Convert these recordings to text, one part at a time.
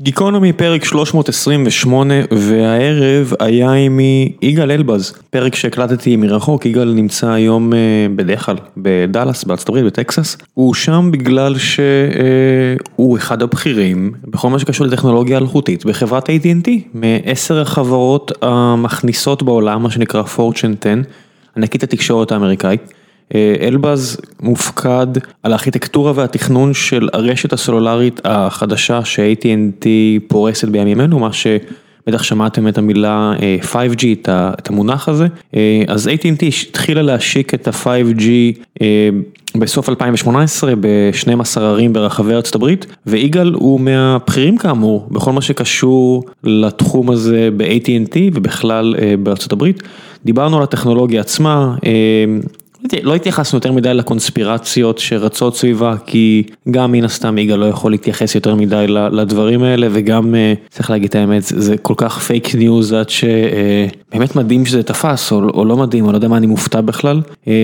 גיקונומי פרק 328, והערב היה עימי יגאל אלבז, פרק שהקלטתי מרחוק. יגאל נמצא היום בדרך כלל בדלס, בארצות הברית, בטקסס. הוא שם בגלל שהוא אחד הבכירים בכל מה שקשור לטכנולוגיה אלחוטית בחברת AT&T, מ10 החברות המכניסות בעולם, מה שנקרא Fortune 10, ענקית התקשורת האמריקאית. אלבז מופקד על הארכיטקטורה והתכנון של הרשת הסלולרית החדשה ש-AT&T פורסת בימים אלו, מה שבטח שמעתם את המילה 5G, את המונח הזה. אז AT&T התחילה להשיק את ה-5G בסוף 2018 ב-12 ערים ברחבי ארצות הברית, ויגאל הוא מהבכירים כאמור בכל מה שקשור לתחום הזה ב-AT&T ובכלל בארצות הברית. דיברנו על הטכנולוגיה עצמה, לא התייחסנו יותר מדי לקונספירציות שרצות סביבה, כי גם מן הסתם יגאל לא יכול להתייחס יותר מדי לדברים האלה, וגם צריך להגיד את האמת, זה כל כך פייק ניוז עד שבאמת מדהים שזה תפס, או לא מדהים, או לא יודע מה, אני מופתע בכלל.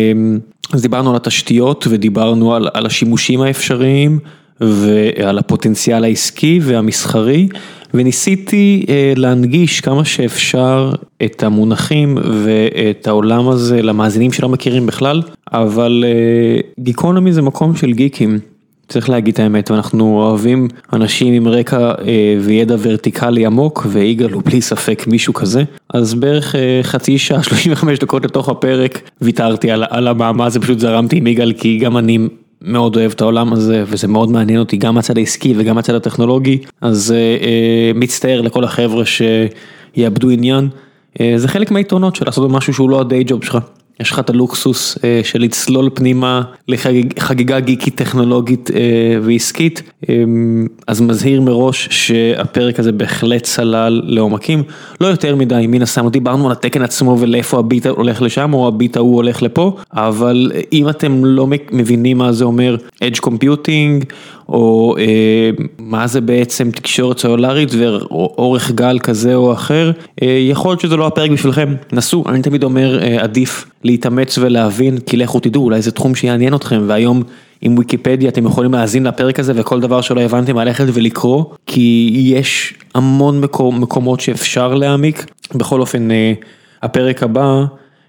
אז דיברנו על התשתיות, ודיברנו על השימושים האפשריים, ועל הפוטנציאל העסקי והמסחרי, וניסיתי להנגיש כמה שאפשר את המונחים ואת העולם הזה למאזינים שלא מכירים בכלל, אבל גיקונומי זה מקום של גיקים, צריך להגיד את האמת, ואנחנו אוהבים אנשים עם רקע וידע ורטיקלי עמוק, ויגאל הוא בלי ספק מישהו כזה. אז בערך חצי שעה, 35 דקות לתוך הפרק, ויתרתי על המאמר הזה, פשוט זרמתי עם יגאל, כי גם אני מאוד אוהב את העולם הזה, וזה מאוד מעניין אותי, גם מהצד העסקי וגם מהצד הטכנולוגי, אז מצטער לכל החבר'ה שיאבדו עניין. זה חלק מהיתרונות של לעשות משהו שהוא לא הדיי ג'וב שלך. יש לך את הלוקסוס של לצלול פנימה לחגיגה גיקית טכנולוגית ועסקית, אז מזהיר מראש שהפרק הזה בהחלט צלל לעומקים, לא יותר מדי, מן הסתם דיברנו על התקן עצמו ולאיפה הביט הולך לשם או הביט ההוא הולך לפה, אבל אם אתם לא מבינים מה זה אומר Edge Computing, או מה זה בעצם תקשורת סלולרית ואורך גל כזה או אחר, יכול להיות שזה לא הפרק בשבילכם, נסו, אני תמיד אומר עדיף להתאמץ ולהבין, כי לכו תדעו, אולי זה תחום שיעניין אתכם, והיום עם ויקיפדיה אתם יכולים להאזין לפרק הזה, וכל דבר שלא הבנתם ללכת ולקרוא, כי יש המון מקומות שאפשר להעמיק. בכל אופן, הפרק הבא,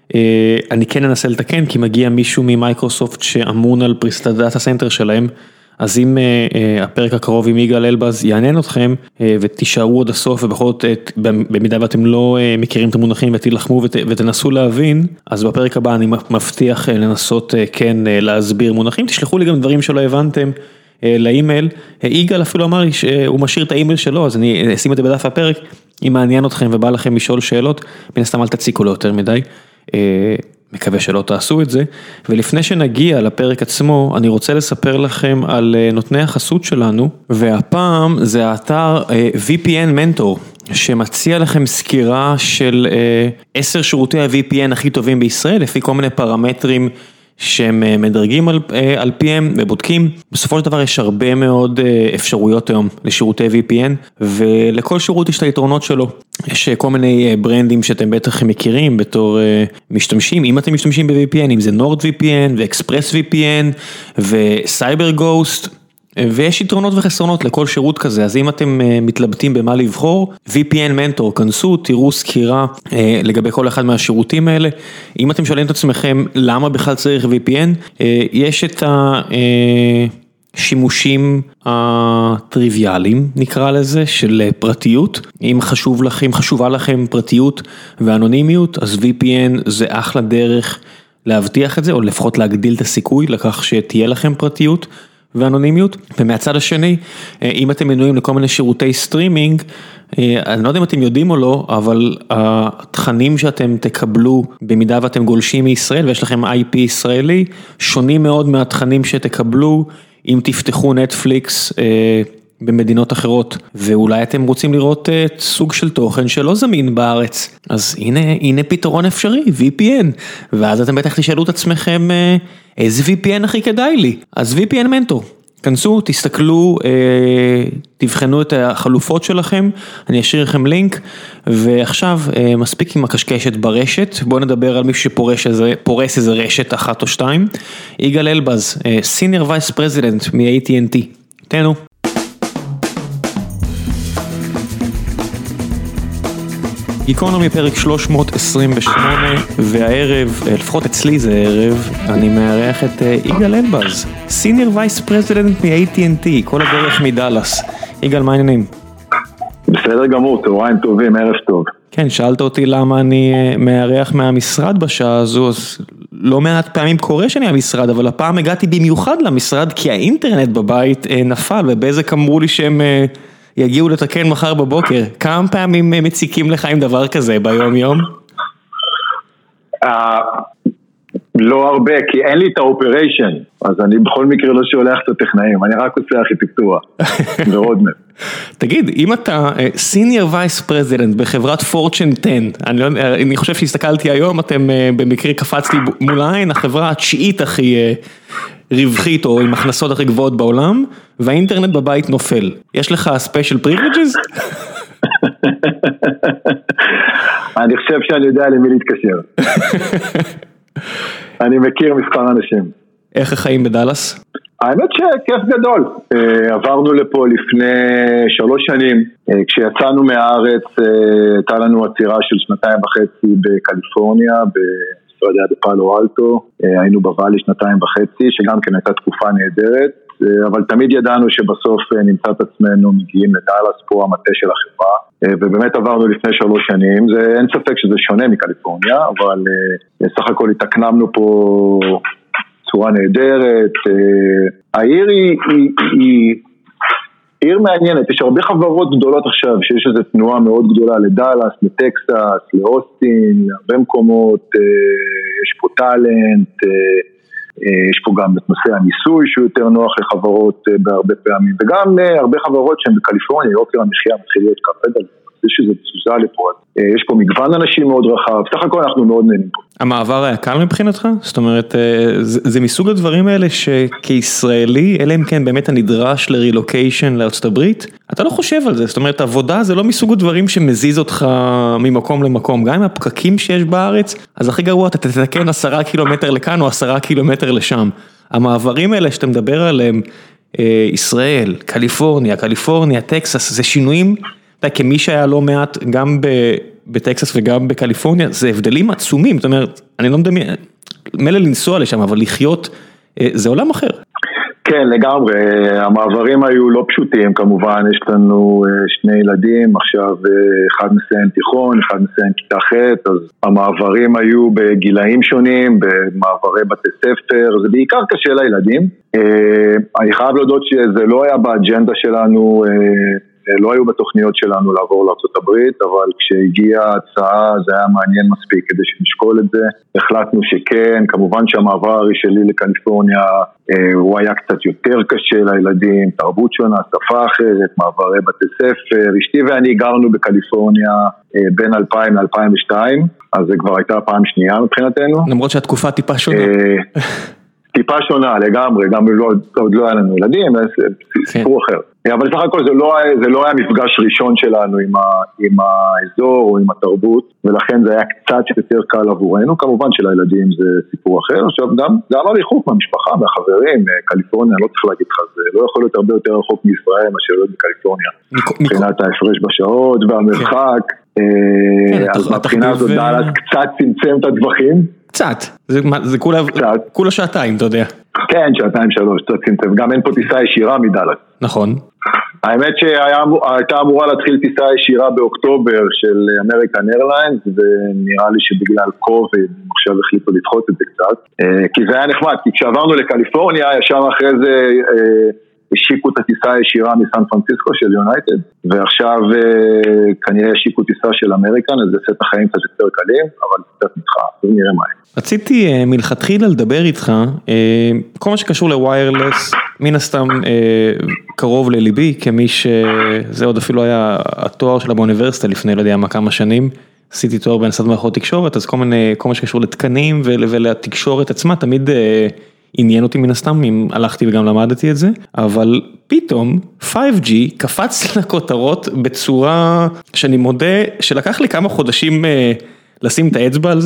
אני כן אנסה לתקן, כי מגיע מישהו ממייקרוסופט שאמון על פריסת הדאטה סנטר שלהם, אז אם הפרק הקרוב עם יגאל אלבז יעניין אתכם, ותישארו עד הסוף, ובכל זאת, במידה ואתם לא מכירים את המונחים, ותלחמו ותנסו להבין, אז בפרק הבא אני מבטיח לנסות כן להסביר מונחים, תשלחו לי גם דברים שלא הבנתם לאימייל, יגאל אפילו אמר לי שהוא משאיר את האימייל שלו, אז אני אשים את זה בדף הפרק, אם מעניין אתכם ובא לכם לשאול שאלות, מן הסתם אל תציקו לו יותר מדי, מקווה שלא תעשו את זה, ולפני שנגיע לפרק עצמו, אני רוצה לספר לכם על נותני החסות שלנו, והפעם זה האתר VPN Mentor, שמציע לכם סקירה של 10 שירותי ה-VPN הכי טובים בישראל, לפי כל מיני פרמטרים שהם מדרגים על פיהם ובודקים. בסופו של דבר יש הרבה מאוד אפשרויות היום לשירותי VPN, ולכל שירות יש את היתרונות שלו. יש כל מיני ברנדים שאתם בטח מכירים בתור משתמשים, אם אתם משתמשים ב-VPN, אם זה NordVPN ו-ExpressVPN ו-CyberGhost, ויש יתרונות וחסרונות לכל שירות כזה, אז אם אתם מתלבטים במה לבחור, VPN Mentor, כנסו, תראו סקירה לגבי כל אחד מהשירותים האלה. אם אתם שואלים את עצמכם למה בכלל צריך VPN, יש את השימושים הטריוויאליים, נקרא לזה, של פרטיות. אם חשובה לכם פרטיות ואנונימיות, אז VPN זה אחלה דרך להבטיח את זה, או לפחות להגדיל את הסיכוי לכך שתהיה לכם פרטיות ואנונימיות. ומהצד השני, אם אתם מנויים לכל מיני שירותי סטרימינג, אני לא יודע אם אתם יודעים או לא, אבל התכנים שאתם תקבלו במידה ואתם גולשים מישראל ויש לכם IP ישראלי, שונים מאוד מהתכנים שתקבלו אם תפתחו נטפליקס במדינות אחרות, ואולי אתם רוצים לראות סוג של תוכן שלא זמין בארץ, אז הנה פתרון אפשרי, VPN, ואז אתם בטח תשאלו את עצמכם, איזה VPN הכי כדאי לי? אז VPN Mentor, כנסו, תסתכלו, תבחנו את החלופות שלכם, אני אשאיר לכם לינק, ועכשיו מספיק עם הקשקשת ברשת, בואו נדבר על מישהו שפורס איזה רשת אחת או שתיים, יגאל אלבז, Senior Vice President מ-AT&T, תהנו. גיקונומי פרק 328, והערב, לפחות אצלי זה ערב, אני מארח את יגאל אלבז, סיניור וייס פרזידנט מ-AT&T, כל הדרך מדלס. יגאל, מה העניינים? בסדר גמור, צהריים טובים, ערב טוב. כן, שאלת אותי למה אני מארח מהמשרד בשעה הזו, אז לא מעט פעמים קורה שאני המשרד, אבל הפעם הגעתי במיוחד למשרד, כי האינטרנט בבית נפל, ובזק אמרו לי שהם יגיעו לתקן מחר בבוקר. כמה פעמים מציקים לך עם דבר כזה ביום יום? לא הרבה, כי אין לי את האופריישן, אז אני בכל מקרה לא שולח את הטכנאים, אני רק עושה ארכיטקטורה, ורודמפ. תגיד, אם אתה סיניור וייס פרזידנט בחברת פורצ'ן 10, אני חושב שהסתכלתי היום, אתם במקרה קפצתי מול העין, החברה התשיעית הכי רווחית, או עם הכנסות הכי גבוהות בעולם, והאינטרנט בבית נופל. יש לך ספיישל פריבילג'ז? אני חושב שאני יודע למי להתקשר. אני מכיר מספר אנשים. איך החיים בדלס? האמת שכיף גדול. עברנו לפה לפני 3 שנים. כשיצאנו מהארץ, הייתה לנו עצירה של 2.5 בקליפורניה, במשרדיה בפאלו אלטו. היינו בוואלי 2.5, שגם כן הייתה תקופה נהדרת. אבל תמיד ידענו שבסוף נמצא את עצמנו מגיעים לדלס, פה המטה של החברה, ובאמת עברנו לפני 3 שנים. אין ספק שזה שונה מקליפורניה, אבל סך הכל התקנמנו פה צורה נהדרת. העיר היא עיר מעניינת, יש הרבה חברות גדולות עכשיו, שיש איזו תנועה מאוד גדולה לדלס, לטקסס, לאוסטין, להרבה מקומות, יש פה טלנט, יש פה גם את נושא הניסוי שהוא יותר נוח לחברות בהרבה פעמים, וגם הרבה חברות שהן בקליפורניה, יוקר המחיה מתחיל להיות כבד, יש איזו תזוזה לפה, יש פה מגוון אנשים מאוד רחב, סך הכל אנחנו מאוד נהנים פה. המעבר היה קל מבחינתך? זאת אומרת, זה מסוג הדברים האלה שכישראלי, אלא אם כן באמת הנדרש לרילוקיישן לארצות הברית, אתה לא חושב על זה, זאת אומרת, עבודה זה לא מסוג הדברים שמזיז אותך ממקום למקום, גם עם הפקקים שיש בארץ, אז הכי גרוע, אתה תתקן 10 קילומטר לכאן או 10 קילומטר לשם. המעברים האלה שאתה מדבר עליהם, ישראל, קליפורניה, טקסס, זה שינויים, כמי שהיה לא מעט גם בטקסס וגם בקליפורניה, זה הבדלים עצומים, זאת אומרת, אני לא מדמיין, מילא לנסוע לשם, אבל לחיות, זה עולם אחר. כן, לגמרי, המעברים היו לא פשוטים, כמובן, יש לנו 2 ילדים, עכשיו אחד מסיים תיכון, אחד מסיים כיתה ח', אז המעברים היו בגילאים שונים, במעברי בתי ספר, זה בעיקר קשה לילדים. אני חייב להודות שזה לא היה באג'נדה שלנו, לא היו בתוכניות שלנו לעבור לארצות הברית, אבל כשהגיעה ההצעה זה היה מעניין מספיק כדי שנשקול את זה. החלטנו שכן, כמובן שהמעבר שלי לקליפורניה הוא היה קצת יותר קשה לילדים, תרבות שונה, שפה אחרת, מעברי בתי ספר. אשתי ואני גרנו בקליפורניה בין 2000 ל-2002, אז זה כבר הייתה פעם שנייה מבחינתנו. למרות שהתקופה טיפה שונה. טיפה שונה לגמרי, גם עוד לא היה לנו ילדים, זה סיפור אחר. אבל סך הכל זה לא היה מפגש ראשון שלנו עם האזור או עם התרבות, ולכן זה היה קצת יותר קל עבורנו. כמובן שלילדים זה סיפור אחר. עכשיו גם הריחוק מהמשפחה, מהחברים, קליפורניה, לא צריך להגיד לך, זה לא יכול להיות הרבה יותר רחוק מישראל מאשר להיות בקליפורניה. מבחינת ההפרש בשעות והמרחק, אז מבחינה הזאת דלס קצת צמצם את הדברים. קצת, זה כולה שעתיים, אתה יודע. כן, 2-3, קצת צמצם, גם אין פה טיסה ישירה מדלס. נכון. האמת שהייתה אמורה להתחיל טיסה ישירה באוקטובר של אמריקן איירליינס, ונראה לי שבגלל קוביד, עכשיו החליטו לדחות את זה קצת, כי זה היה נחמד, כי כשעברנו לקליפורניה, ישר אחרי זה השיקו את הטיסה הישירה מסן פרנסיסקו של יונייטד, ועכשיו כנראה השיקו טיסה של אמריקן, אז זה עושה את החיים קצת יותר קלים, אבל קצת נדחה, אז נראה מה. רציתי מלכתחילה לדבר איתך, כל מה שקשור לוויירלס, מן הסתם קרוב לליבי, כמי שזה עוד אפילו היה התואר שלה באוניברסיטה לפני, לא יודע מה, כמה שנים, עשיתי תואר בהנדסת מערכות תקשורת, אז כל מה שקשור לתקנים ולתקשורת עצמה, תמיד עניין אותי מן הסתם, אם הלכתי וגם למדתי את זה, אבל פתאום 5G קפץ לכותרות בצורה שאני מודה שלקח לי כמה חודשים לשים את האצבע על זה,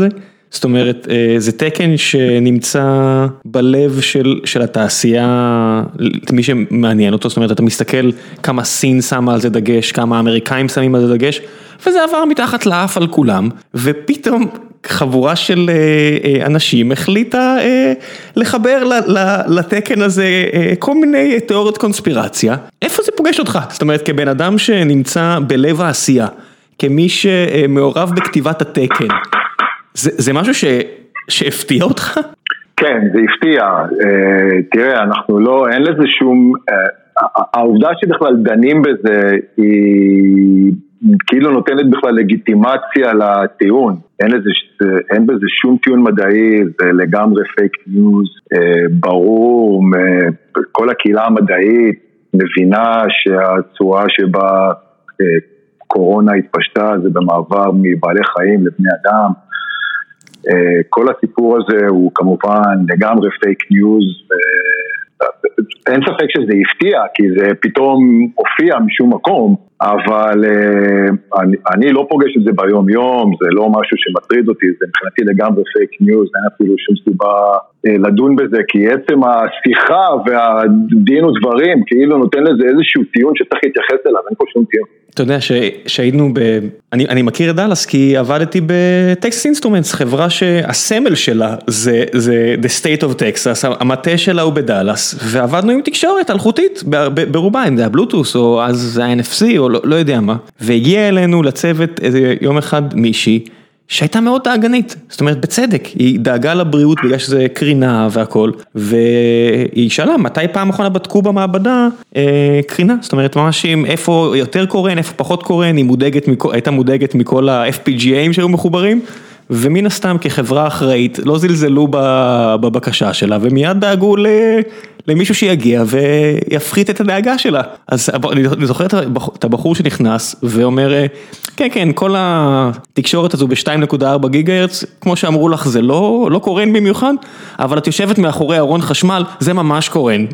זאת אומרת, זה תקן שנמצא בלב של התעשייה, מי שמעניין אותו, זאת אומרת, אתה מסתכל כמה סין שמה על זה דגש, כמה האמריקאים שמים על זה דגש, וזה עבר מתחת לאף על כולם, ופתאום חבורה של אנשים החליטה לחבר לתקן הזה כל מיני תיאוריות קונספירציה. איפה זה פוגש אותך? זאת אומרת, כבן אדם שנמצא בלב העשייה, כמי שמעורב בכתיבת התקן, זה משהו שהפתיע אותך? כן, זה הפתיע. תראה, אנחנו לא, אין לזה שום, העובדה שבכלל דנים בזה היא כאילו נותנת בכלל לגיטימציה לטיעון. אין בזה שום טיעון מדעי, זה לגמרי פייק ניוז, ברור, כל הקהילה המדעית מבינה שהצורה שבה קורונה התפשטה זה במעבר מבעלי חיים לבני אדם. כל הסיפור הזה הוא כמובן לגמרי פייק ניוז, אין ספק שזה הפתיע, כי זה פתאום הופיע משום מקום, אבל אני לא פוגש את זה ביום יום, זה לא משהו שמטריד אותי, זה מבחינתי לגמרי פייק ניוז, אין אפילו שום סיבה לדון בזה, כי עצם השיחה והדין ודברים, כאילו נותן לזה איזשהו טיעון שצריך להתייחס אליו, אין פה שום טיעון. אתה יודע שהיינו אני מכיר את דלס כי עבדתי בטקסס אינסטרומנטס, חברה שהסמל שלה זה The State of Texas, המטה שלה הוא בדלס, ועבדנו עם תקשורת אלחוטית ברובה, אם זה הבלוטוס או אז זה ה-NFC או לא יודע מה, והגיע אלינו לצוות איזה יום אחד מישהי, שהייתה מאוד דאגנית, זאת אומרת בצדק, היא דאגה לבריאות בגלל שזה קרינה והכל, והיא שאלה מתי פעם אחרונה בדקו במעבדה קרינה, זאת אומרת ממש איפה יותר קורן, איפה פחות קורן, היא הייתה מודאגת מכל ה-FPGA'ים שהיו מחוברים, ומן הסתם כחברה אחראית לא זלזלו בבקשה שלה, ומיד דאגו למישהו שיגיע ויפחית את הדאגה שלה. אז אני זוכר את הבחור שנכנס ואומר, כן, כן, כל התקשורת הזו ב-2.4 גיגהרץ, כמו שאמרו לך, זה לא קורן במיוחד, אבל את יושבת מאחורי ארון חשמל, זה ממש קורן.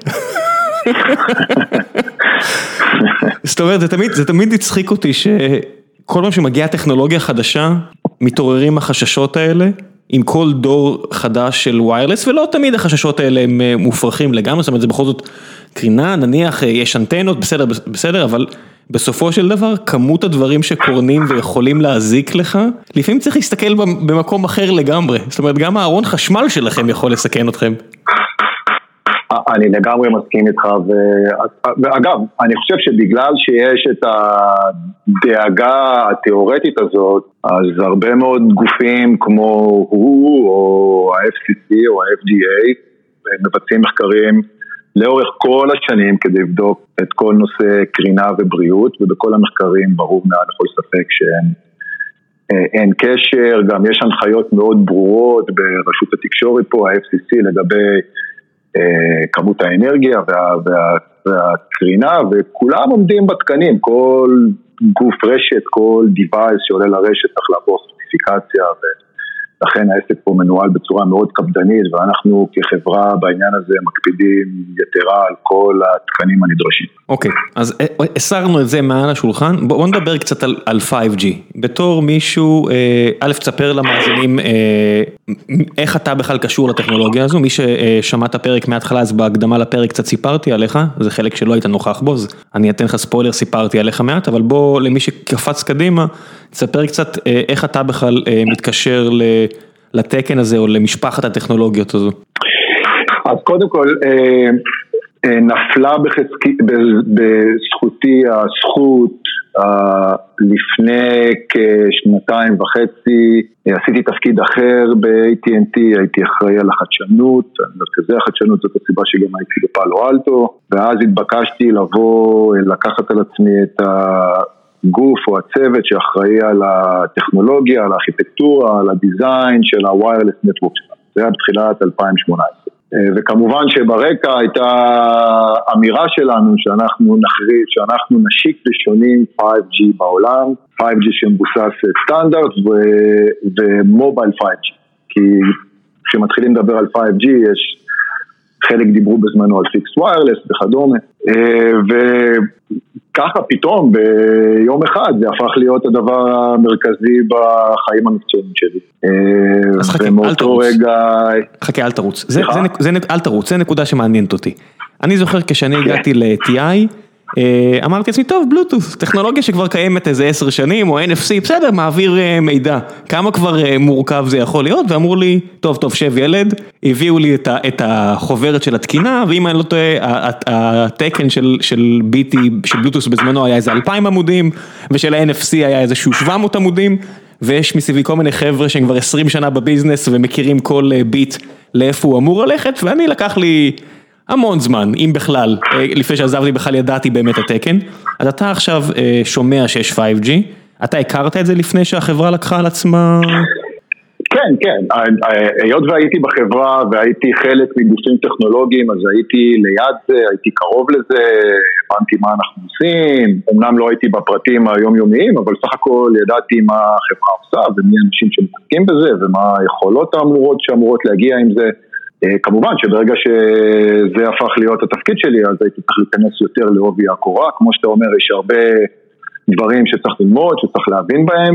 זאת אומרת, זה תמיד הצחיק אותי שכל פעם שמגיעה טכנולוגיה חדשה, מתעוררים החששות האלה, עם כל דור חדש של ויירלס, ולא תמיד החששות האלה הם מופרכים לגמרי, זאת אומרת, זה בכל זאת קרינה, נניח יש אנטנות, בסדר, אבל בסופו של דבר, כמות הדברים שקורנים ויכולים להזיק לך, לפעמים צריך להסתכל במקום אחר לגמרי, זאת אומרת, גם הארון חשמל שלכם יכול לסכן אתכם. אני לגמרי מסכים איתך, ואגב, אני חושב שבגלל שיש את הדאגה התיאורטית הזאת, אז הרבה מאוד גופים כמו הוא או ה-FCC או ה-FDA מבצעים מחקרים לאורך כל השנים כדי לבדוק את כל נושא קרינה ובריאות, ובכל המחקרים ברור מעל לכל ספק שאין קשר, גם יש הנחיות מאוד ברורות ברשות התקשורת פה, ה-FCC לגבי כמות האנרגיה והקרינה, וכולם עומדים בתקנים, כל גוף רשת, כל דיווייס שעולה לרשת צריך לעבור סרטיפיקציה, ולכן העסק פה מנוהל בצורה מאוד קפדנית, ואנחנו כחברה בעניין הזה מקפידים יתרה על כל התקנים הנדרשים. אוקיי, אז הסרנו את זה מעל השולחן, בואו נדבר קצת על 5G, בתור מישהו, א' תספר למאזינים, איך אתה בכלל קשור לטכנולוגיה הזו, מי ששמע את הפרק מההתחלה, אז בהקדמה לפרק קצת סיפרתי עליך, זה חלק שלא היית נוכח בו, אז אני אתן לך ספוילר, סיפרתי עליך מעט, אבל בוא למי שקפץ קדימה, תספר קצת איך אתה בכלל מתקשר לתקן הזה, או למשפחת הטכנולוגיות הזו. אז קודם כל, נפלה בזכותי הזכות, לפני כשנתיים וחצי, עשיתי תפקיד אחר ב-AT&T, הייתי אחראי על החדשנות, מרכזי החדשנות זאת הסיבה שגם הייתי בפאלו אלטו, ואז התבקשתי לבוא, לקחת על עצמי את הגוף או הצוות שאחראי על הטכנולוגיה, על הארכיטקטורה, על הדיזיין של ה-Wireless Network שלנו. זה היה בתחילת 2018. וכמובן שברקע הייתה אמירה שלנו שאנחנו נשיק ראשונים 5G בעולם, 5G שמבוסס סטנדרט ומובייל 5G. כי כשמתחילים לדבר על 5G יש חלק דיברו בזמנו על פיקס ויירלס וכדומה, וככה פתאום ביום אחד זה הפך להיות הדבר המרכזי בחיים המקצועיים שלי. אז חכה, אל תרוץ. חכה, אל תרוץ. אל תרוץ, זה נקודה שמעניינת אותי. אני זוכר כשאני הגעתי ל-TI, אמרתי לעצמי, טוב, בלוטות', טכנולוגיה שכבר קיימת איזה 10 שנים, או NFC, בסדר, מעביר מידע. כמה כבר מורכב זה יכול להיות? ואמרו לי, טוב, שב ילד, הביאו לי את החוברת של התקינה, ואם אני לא טועה, התקן של BT, של בלוטות' בזמנו היה איזה 2,000 עמודים, ושל ה-NFC היה איזשהו 700 עמודים, ויש מסביבי כל מיני חבר'ה שהם כבר 20 שנה בביזנס, ומכירים כל ביט לאיפה הוא אמור ללכת, ואני לקח לי המון זמן, אם בכלל, לפני שעזבתי בכלל ידעתי באמת התקן, אז אתה עכשיו שומע שיש 5G, אתה הכרת את זה לפני שהחברה לקחה על עצמה? כן, היות והייתי בחברה והייתי חלק מגופים טכנולוגיים, אז הייתי ליד זה, הייתי קרוב לזה, הבנתי מה אנחנו עושים, אמנם לא הייתי בפרטים היומיומיים, אבל סך הכל ידעתי מה החברה עושה, ומי האנשים שמתעסקים בזה, ומה היכולות שאמורות להגיע עם זה. כמובן שברגע שזה הפך להיות התפקיד שלי, אז הייתי צריך להיכנס יותר לעובי הקורה, כמו שאתה אומר, יש הרבה דברים שצריך ללמוד, שצריך להבין בהם,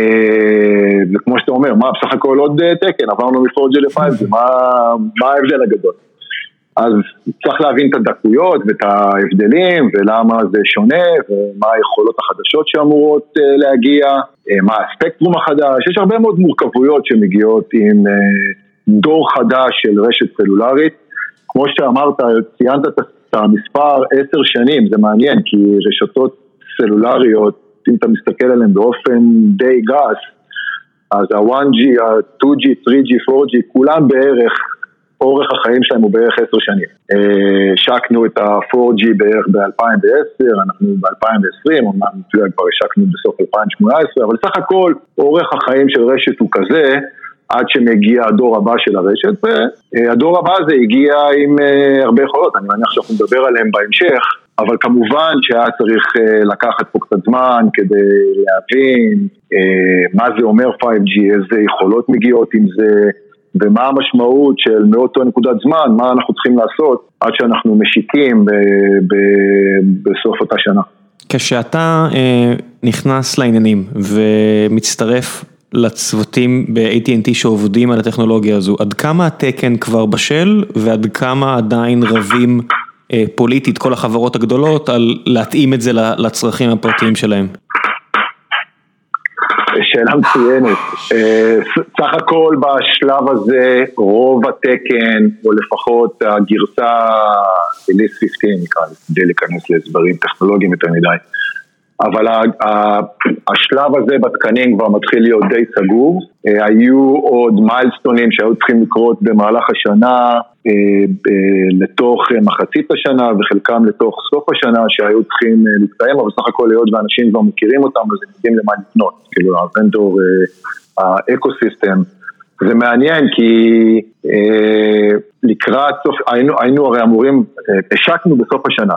וכמו שאתה אומר, מה בסך הכל עוד תקן, עברנו מ-4G ל-5G, מה ההבדל הגדול? אז צריך להבין את הדקויות ואת ההבדלים, ולמה זה שונה, ומה היכולות החדשות שאמורות להגיע, מה הספקטרום החדש, יש הרבה מאוד מורכבויות שמגיעות עם דור חדש של רשת סלולרית, כמו שאמרת, ציינת את המספר 10 שנים, זה מעניין, כי רשתות סלולריות, אם אתה מסתכל עליהן באופן די גס, אז ה-1G, ה-2G, 3G, 4G, כולם בערך, אורך החיים שלהם הוא בערך 10 שנים. השקנו את ה-4G בערך ב-2010, אנחנו ב-2020, אמנם כבר השקנו בסוף 2018, אבל סך הכל, אורך החיים של רשת הוא כזה, עד שמגיע הדור הבא של הרשת, והדור הבא הזה הגיע עם הרבה יכולות, אני מניח שאנחנו נדבר עליהם בהמשך, אבל כמובן שהיה צריך לקחת פה קצת זמן כדי להבין מה זה אומר 5G, איזה יכולות מגיעות עם זה, ומה המשמעות של מאותו נקודת זמן, מה אנחנו צריכים לעשות עד שאנחנו משיקים בסוף אותה שנה. כשאתה נכנס לעניינים ומצטרף לצוותים ב-AT&T שעובדים על הטכנולוגיה הזו, עד כמה התקן כבר בשל, ועד כמה עדיין רבים פוליטית כל החברות הגדולות על להתאים את זה לצרכים הפרטיים שלהם? שאלה מצוינת. סך הכל בשלב הזה רוב התקן, או לפחות הגרסה ליס 15 נקרא, כדי להיכנס להסברים טכנולוגיים יותר מדי, אבל השלב הזה בתקנים כבר מתחיל להיות די סגור. היו עוד מיילסטונים שהיו צריכים לקרות במהלך השנה, לתוך מחצית השנה, וחלקם לתוך סוף השנה שהיו צריכים להתקיים, אבל סך הכל להיות ואנשים כבר מכירים אותם, אז הם יודעים למה לפנות, כאילו הוונדור, האקוסיסטם. זה מעניין כי לקראת סוף, היינו הרי אמורים, השקנו בסוף השנה,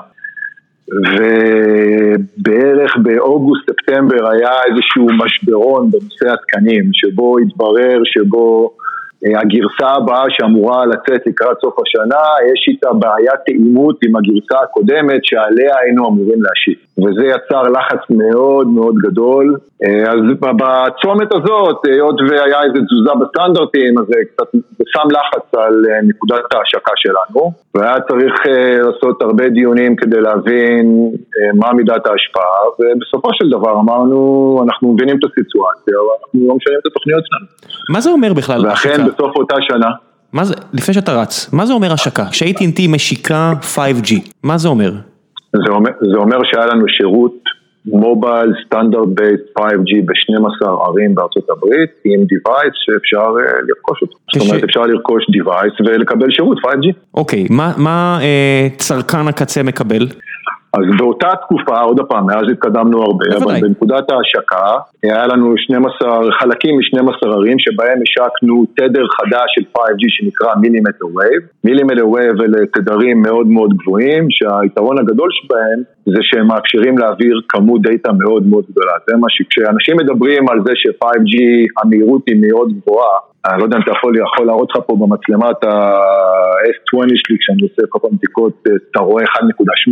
ובערך באוגוסט, ספטמבר היה איזשהו משברון בנושא התקנים, שבו התברר שבו הגרסה הבאה שאמורה לצאת לקראת סוף השנה, יש איתה בעיית תאימות עם הגרסה הקודמת שעליה היינו אמורים להשיב. וזה יצר לחץ מאוד מאוד גדול. אז בצומת הזאת, עוד והיה איזו תזוזה בסטנדרטים, אז זה שם לחץ על נקודת ההשקה שלנו, והיה צריך לעשות הרבה דיונים כדי להבין מה מידת ההשפעה, ובסופו של דבר אמרנו, אנחנו מבינים את הסיטואציה, אבל אנחנו לא משנים את התוכניות שלנו. מה זה אומר בכלל? ואכן בסוף אותה שנה. לפני שאתה רץ, מה זה אומר השקה? ש-AT&T משיקה 5G, מה זה אומר? זה אומר שהיה לנו שירות מובייל סטנדרט בייס 5G ב-12 ערים בארצות הברית, עם דיווייס שאפשר לרכוש אותו. זאת אומרת, אפשר לרכוש דיווייס ולקבל שירות 5G. אוקיי, מה צרכן הקצה מקבל? אז באותה תקופה, עוד הפעם, מאז התקדמנו הרבה, אבל בנקודת ההשקה, היה לנו 12 חלקים מ-12 ערים, שבהם השקנו תדר חדש של 5G שנקרא מילימטר וייב. מילימטר וייב אלה תדרים מאוד מאוד גבוהים, שהיתרון הגדול שבהם זה שהם מאפשרים להעביר כמות דאטה מאוד מאוד גדולה. זה מה שכשאנשים מדברים על זה ש-5G המהירות היא מאוד גבוהה, אני לא יודע אם אתה יכול להראות לך פה במצלמה את ה-S20 שלי, כשאני עושה כל פעם בדיקות, אתה רואה 1.8, 1.9,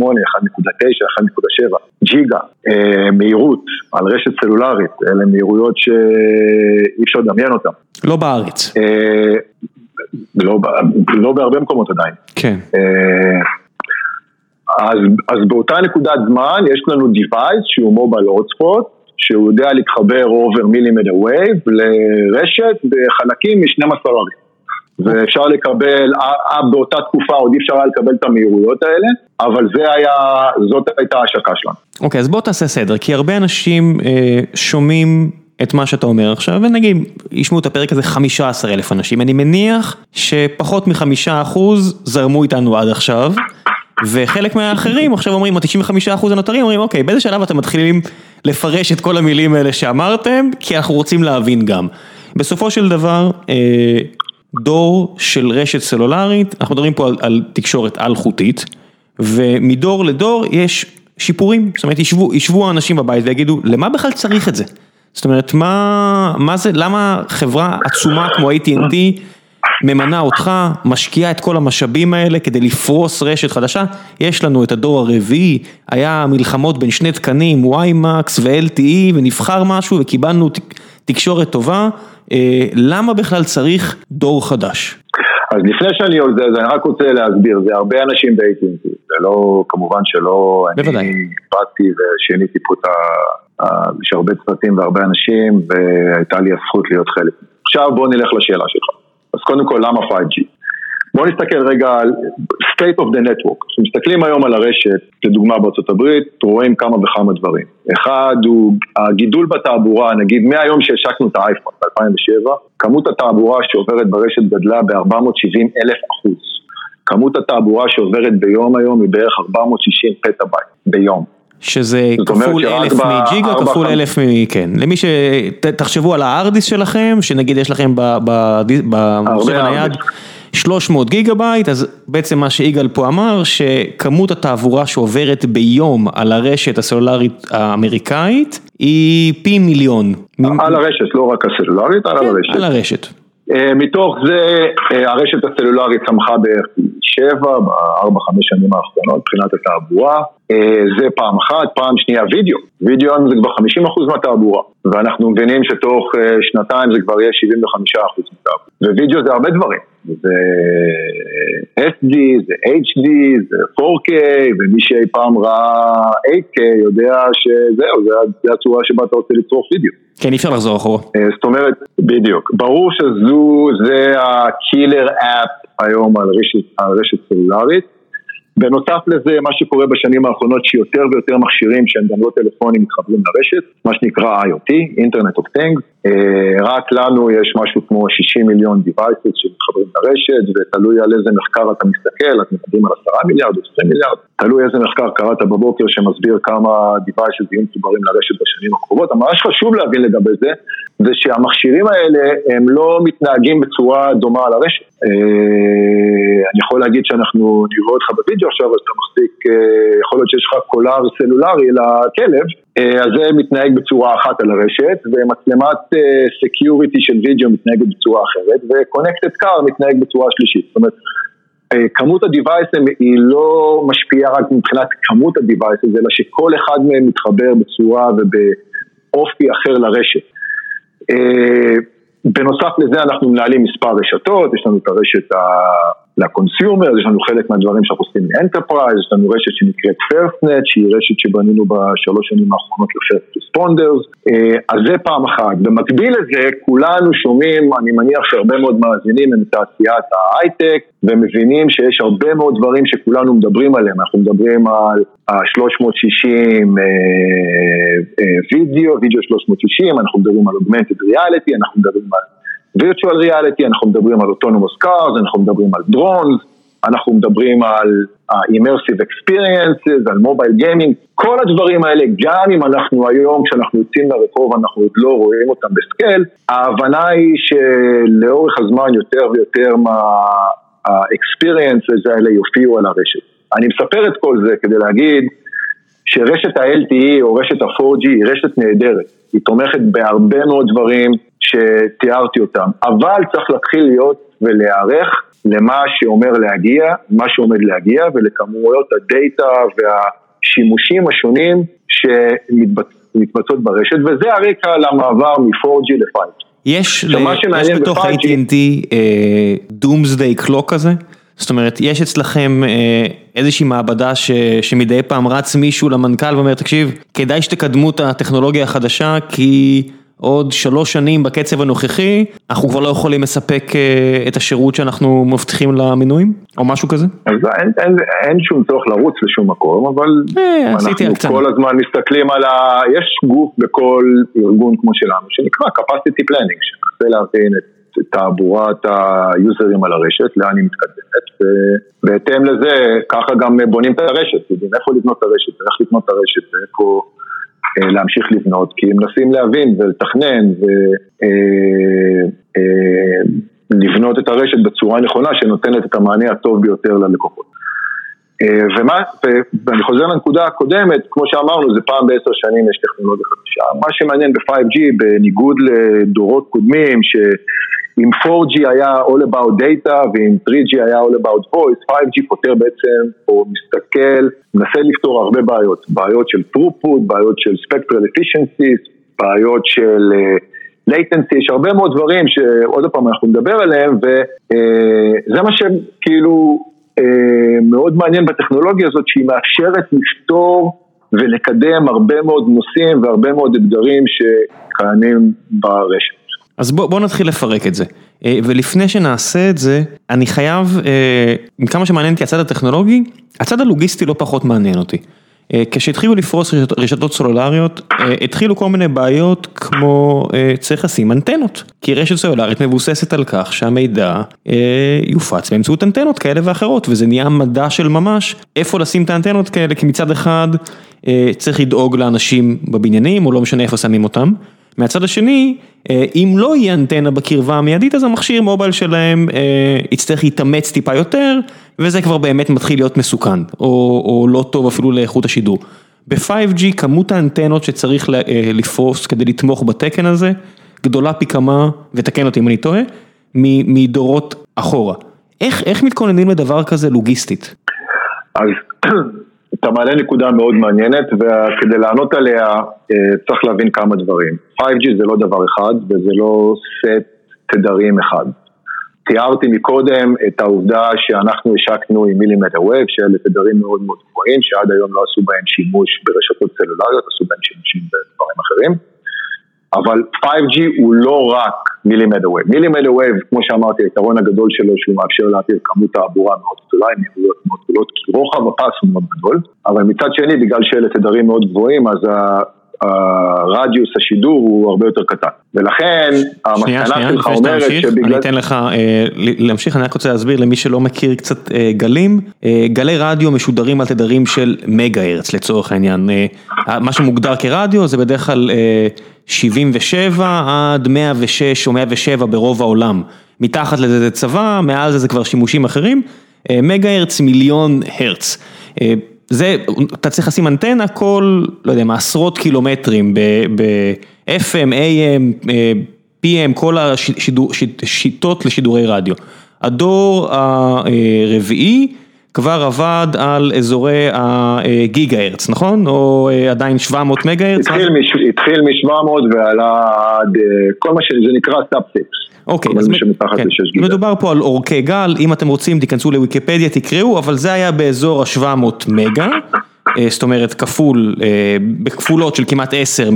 1.7 ג'יגה, מהירות על רשת סלולרית, אלה מהירויות שאי אפשר לדמיין אותן. לא בארץ. לא בהרבה מקומות עדיין. כן. אז באותה נקודת זמן יש לנו device שהוא מובייל הוטספוט, שהוא יודע להתחבר over millimeter wave לרשת בחלקים מ-12 ערים. ואפשר לקבל, באותה תקופה עוד אי אפשר היה לקבל את המהירויות האלה, אבל זאת הייתה ההשקה שלנו. אוקיי, אז בוא תעשה סדר, כי הרבה אנשים שומעים את מה שאתה אומר עכשיו, ונגיד, ישמעו את הפרק הזה 15,000 אנשים. אני מניח שפחות מ5% זרמו איתנו עד עכשיו, וחלק מהאחרים עכשיו אומרים, 95% הנותרים אומרים, אוקיי, באיזה שלב אתם מתחילים לפרש את כל המילים האלה שאמרתם, כי אנחנו רוצים להבין גם. בסופו של דבר, דור של רשת סלולרית, אנחנו מדברים פה על תקשורת אלחוטית, ומדור לדור יש שיפורים, זאת אומרת, ישבו האנשים בבית ויגידו, למה בכלל צריך את זה? זאת אומרת, מה זה, למה חברה עצומה כמו AT&T ממנה אותך, משקיעה את כל המשאבים האלה כדי לפרוס רשת חדשה? יש לנו את הדור הרביעי, היה מלחמות בין שני תקנים, WiMAX ו-LTE, ונבחר משהו וקיבלנו תקשורת טובה, למה בכלל צריך דור חדש? אז לפני שאני על זה, אני רק רוצה להסביר, זה הרבה אנשים ב-AT&T, זה לא, כמובן שלא, בוודאי. אני באתי ושיניתי פה יש הרבה צוותים והרבה אנשים, והייתה לי הזכות להיות חלק. עכשיו בוא נלך לשאלה שלך. אז קודם כל, למה 5G? בוא נסתכל רגע על state of the network. כשמסתכלים היום על הרשת, לדוגמה בארצות הברית, רואים כמה וכמה דברים. אחד הוא הגידול בתעבורה, נגיד מהיום שהשקנו את האייפון ב-2007, כמות התעבורה שעוברת ברשת גדלה ב-470,000%. כמות התעבורה שעוברת ביום היום היא בערך 460 פטאבייט ביום. שזה כפול 1,000 מג'יגה, כפול 1,000 כן. למי שתחשבו על הארדיס שלכם, שנגיד יש לכם במחשב הנייד 300 גיגה בייט, אז בעצם מה שיגאל פה אמר, שכמות התעבורה שעוברת ביום על הרשת הסלולרית האמריקאית, היא פי מיליון. על הרשת, לא רק הסלולרית, על הרשת. על הרשת. מתוך זה, הרשת הסלולרית צמחה ב-7, ב-4-5 שנים האחרונות, מבחינת התעבורה. זה פעם אחת, פעם שנייה וידאו. וידאו זה כבר 50% מהתעבורה. ואנחנו מבינים שתוך שנתיים זה כבר יהיה 75% מהתעבורה. ווידאו זה הרבה דברים. זה SD, זה HD, זה 4K, ומי שאי פעם ראה 8K יודע שזהו, זה הצורה שבה אתה רוצה לצרוך וידאו. כן, אי אפשר לחזור אחורה. זאת אומרת, בדיוק. ברור שזה הקילר אפ היום על רשת סלולרית. בנוסף לזה, מה שקורה בשנים האחרונות שיותר ויותר מכשירים שהם גם לא טלפונים מתחברים לרשת, מה שנקרא IoT, Internet of Things. רק לנו יש משהו כמו 60 מיליון devices שמתחברים לרשת, ותלוי על איזה מחקר אתה מסתכל, אתם מדברים על 10 מיליארד או 20 מיליארד, תלוי איזה מחקר קראת בבוקר שמסביר כמה devices יהיו מחוברים לרשת בשנים הקרובות. אבל מה שחשוב להבין לגבי זה שהמכשירים האלה הם לא מתנהגים בצורה דומה על הרשת. אני יכול להגיד שאנחנו נראה אותך בווידאו עכשיו, אז אתה מחזיק, יכול להיות שיש לך קולר סלולרי לכלב, אז זה מתנהג בצורה אחת על הרשת, ומצלמת סקיוריטי של וידאו מתנהגת בצורה אחרת, וקונקטד קאר מתנהג בצורה שלישית. זאת אומרת, כמות הדיווייסים היא לא משפיעה רק מבחינת כמות הדיווייסים, אלא שכל אחד מהם מתחבר בצורה ובאופי אחר לרשת. בנוסף לזה אנחנו מנהלים מספר רשתות, יש לנו את הרשת לקונסיומר, יש לנו חלק מהדברים שאנחנו עושים מאנטרפרייז, יש לנו רשת שנקראת FirstNet, שהיא רשת שבנינו ב3 שנים האחרונות ל-First Responders, אז זה פעם אחת. במקביל לזה, כולנו שומעים, אני מניח שהרבה מאוד מאזינים הם תעשיית ההייטק, ומבינים שיש הרבה מאוד דברים שכולנו מדברים עליהם, אנחנו מדברים על 360 וידאו 360, אנחנו מדברים על Augmented Reality, אנחנו מדברים על virtual reality, אנחנו מדברים על autonomous cars, אנחנו מדברים על drones, אנחנו מדברים על immersive experiences, על mobile gaming, כל הדברים האלה, גם אם אנחנו היום, כשאנחנו יוצאים לרחוב, אנחנו עוד לא רואים אותם בסקייל, ההבנה היא שלאורך הזמן יותר ויותר מה-experiences האלה יופיעו על הרשת. אני מספר את כל זה כדי להגיד שרשת ה-LTE או רשת ה-4G היא רשת נהדרת, היא תומכת בהרבה מאוד דברים שתיארתי אותם, אבל צריך להתחיל להיות ולהיערך למה שאומר להגיע, מה שעומד להגיע, ולכמויות הדאטה והשימושים השונים שמתבצעות ברשת, וזה הרקע למעבר מ-4G ל-5G. יש בתוך AT&T Doomsday Clock כזה? זאת אומרת, יש אצלכם איזושהי מעבדה שמדי פעם רץ מישהו למנכ"ל ואומר, תקשיב, כדאי שתקדמו את הטכנולוגיה החדשה, כי עוד 3 שנים בקצב הנוכחי, אנחנו כבר לא יכולים לספק את השירות שאנחנו מבטיחים למנויים, או משהו כזה? אז אין שום צורך לרוץ לשום מקום, אבל אנחנו כל הזמן מסתכלים על יש גוף בכל ארגון כמו שלנו, שנקרא Capacity Planning, שמנסה להבין את תעבורת היוזרים על הרשת, לאן היא מתקדמת, ובהתאם לזה, ככה גם בונים את הרשת, יודעים איפה לבנות את הרשת, ואיך לבנות את הרשת, ואיפה להמשיך לבנות, כי הם מנסים להבין ולתכנן ולבנות את הרשת בצורה נכונה שנותנת את המענה הטוב ביותר ללקוחות. ואני חוזר לנקודה הקודמת, כמו שאמרנו, זה פעם ב10 שנים יש טכנולוגיה חדשה. מה שמעניין ב-5G, בניגוד לדורות קודמים, שאם 4G היה all about data, ואם 3G היה all about voice, 5G פותר בעצם, או מסתכל, מנסה לפתור הרבה בעיות. בעיות של throughput, בעיות של spectral efficiency, בעיות של latency, יש הרבה מאוד דברים שעוד פעם אנחנו נדבר עליהם, וזה מה שכאילו מאוד מעניין בטכנולוגיה הזאת, שהיא מאפשרת לפתור ולקדם הרבה מאוד נושאים והרבה מאוד אתגרים שקיימים ברשת. אז בוא נתחיל לפרק את זה, ולפני שנעשה את זה, אני חייב, מכמה שמעניין אותי הצד הטכנולוגי, הצד הלוגיסטי לא פחות מעניין אותי. כשהתחילו לפרוס רשתות סלולריות, התחילו כל מיני בעיות כמו צריך לשים אנטנות, כי רשת סלולרית מבוססת על כך שהמידע יופץ באמצעות אנטנות כאלה ואחרות, וזה נהיה מדע של ממש, איפה לשים את האנטנות כאלה, כי מצד אחד צריך לדאוג לאנשים בבניינים, או לא משנה איפה שמים אותם, מהצד השני, אם לא יהיה אנטנה בקרבה המיידית, אז המכשיר מובייל שלהם יצטרך להתאמץ טיפה יותר, וזה כבר באמת מתחיל להיות מסוכן, או לא טוב אפילו לאיכות השידור. ב-5G כמות האנטנות שצריך לפרוס כדי לתמוך בתקן הזה, גדולה פי כמה, ותקן אותי אם אני טועה, מדורות אחורה. איך מתכוננים לדבר כזה לוגיסטית? אז אתה מעלה נקודה מאוד מעניינת, וכדי לענות עליה צריך להבין כמה דברים. 5G זה לא דבר אחד, וזה לא סט תדרים אחד. תיארתי מקודם את העובדה שאנחנו השקנו עם מילימטר ווייב, שאלה תדרים מאוד מאוד גבוהים, שעד היום לא עשו בהם שימוש ברשתות סלולריות, עשו בהם שימושים בדברים אחרים. אבל 5G הוא לא רק מילימטר ווייב. מילימטר ווייב, כמו שאמרתי, היתרון הגדול שלו, שהוא מאפשר להתיר כמות העבורה מאוד גדולה, עם מהירויות מאוד גדולות, כי רוחב הפס הוא מאוד גדול. אבל מצד שני, בגלל שאלה תדרים מאוד גבוהים, אז הרדיוס השידור הוא הרבה יותר קטן. ולכן, המסקנה שלך אומרת שבגלל... אני אתן לך להמשיך, אני רק רוצה להסביר למי שלא מכיר קצת גלים. גלי רדיו משודרים על תדרים של מגה הרץ, לצורך העניין. מה שמוגדר כרדיו זה בדרך כלל 77 עד 106 או 107 ברוב העולם. מתחת לזה זה צבא, מעל זה כבר שימושים אחרים. מגה הרץ, מיליון הרץ. זה, אתה צריך לשים אנטנה כל, לא יודע, עשרות קילומטרים ב-FM, AM, PM, כל השיטות לשידורי רדיו. הדור הרביעי כבר עבד על אזורי הגיגה הרץ, נכון? או עדיין 700 מגה הרץ? התחיל מ-700 ועלה עד כל מה שזה נקרא סאב-6. אוקיי, אז מדובר פה על אורכי גל, אם אתם רוצים תיכנסו לוויקיפדיה תקראו, אבל זה היה באזור ה-700 מגה, זאת אומרת כפול, בכפולות של כמעט 10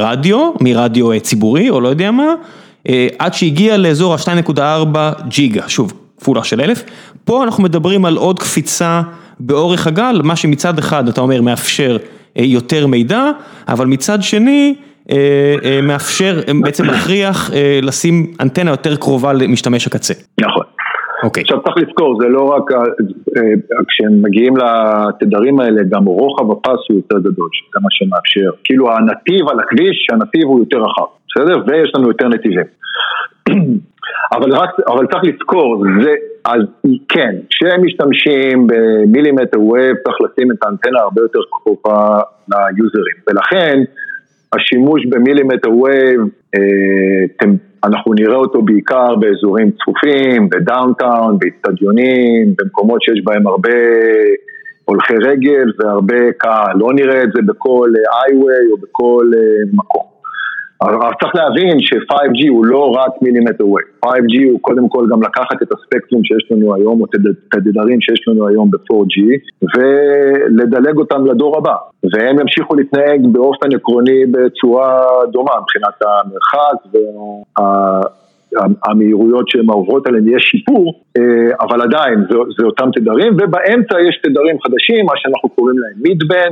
מרדיו ציבורי או לא יודע מה, עד שהגיע לאזור ה-2.4 ג'יגה, שוב, כפולה של 1000, פה אנחנו מדברים על עוד קפיצה באורך הגל, מה שמצד אחד אתה אומר מאפשר יותר מידע, אבל מצד שני, מאפשר, בעצם מכריח לשים אנטנה יותר קרובה למשתמש הקצה. נכון. עכשיו צריך לזכור, זה לא רק, כשהם מגיעים לתדרים האלה, גם רוחב הפס הוא יותר גדול, שזה מה שמאפשר. כאילו הנתיב על הכביש, הנתיב הוא יותר רחב, בסדר? ויש לנו יותר נתיבים. אבל צריך לזכור, אז כן, כשהם משתמשים במילימטר וייב, צריך לשים את האנטנה הרבה יותר קרובה ליוזרים, ולכן השימוש במילימטר וייב, אנחנו נראה אותו בעיקר באזורים צפופים, בדאונטאון, באצטדיונים, במקומות שיש בהם הרבה הולכי רגל והרבה קהל, לא נראה את זה בכל איי-ווי או בכל מקום. אבל צריך להבין ש-5G הוא לא רק מילימטר וייב, 5G הוא קודם כל גם לקחת את הספקטרום שיש לנו היום, או את התדרים שיש לנו היום ב-4G, ולדלג אותם לדור הבא, והם ימשיכו להתנהג באופן עקרוני בצורה דומה, מבחינת המרחק והמהירויות שהן עוברות עליהן, יש שיפור, אבל עדיין זה אותם תדרים, ובאמצע יש תדרים חדשים, מה שאנחנו קוראים להם מיד-בנד,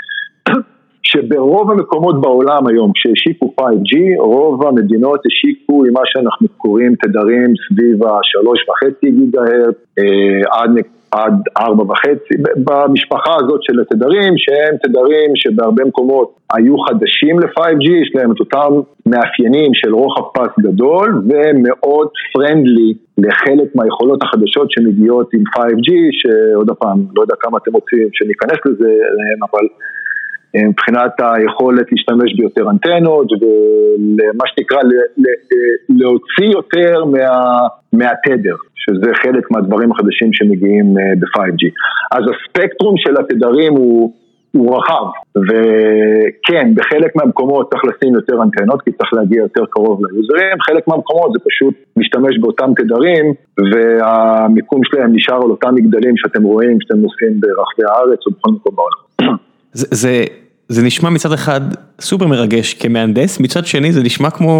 שברוב המקומות בעולם היום, כשהשיקו 5G, רוב המדינות השיקו עם מה שאנחנו קוראים תדרים סביב ה-3.5 גיגה-הרץ, עד 4.5, במשפחה הזאת של התדרים, שהם תדרים שבהרבה מקומות היו חדשים ל-5G, יש להם את אותם מאפיינים של רוחב פס גדול, ומאוד פרנדלי לחלק מהיכולות החדשות שמגיעות עם 5G, שעוד הפעם, לא יודע כמה אתם רוצים שניכנס לזה, אבל מבחינת היכולת להשתמש ביותר אנטנות, ומה שנקרא להוציא יותר מהתדר, שזה חלק מהדברים החדשים שמגיעים ב-5G. אז הספקטרום של התדרים הוא רחב, וכן, בחלק מהמקומות צריך לשים יותר אנטנות, כי צריך להגיע יותר קרוב ליוזרים, חלק מהמקומות זה פשוט משתמש באותם תדרים, והמיקום שלהם נשאר על אותם מגדלים שאתם רואים, שאתם נוסעים ברחבי הארץ או בכל מקום בעולם. זה נשמע מצד אחד סופר מרגש כמהנדס, מצד שני זה נשמע כמו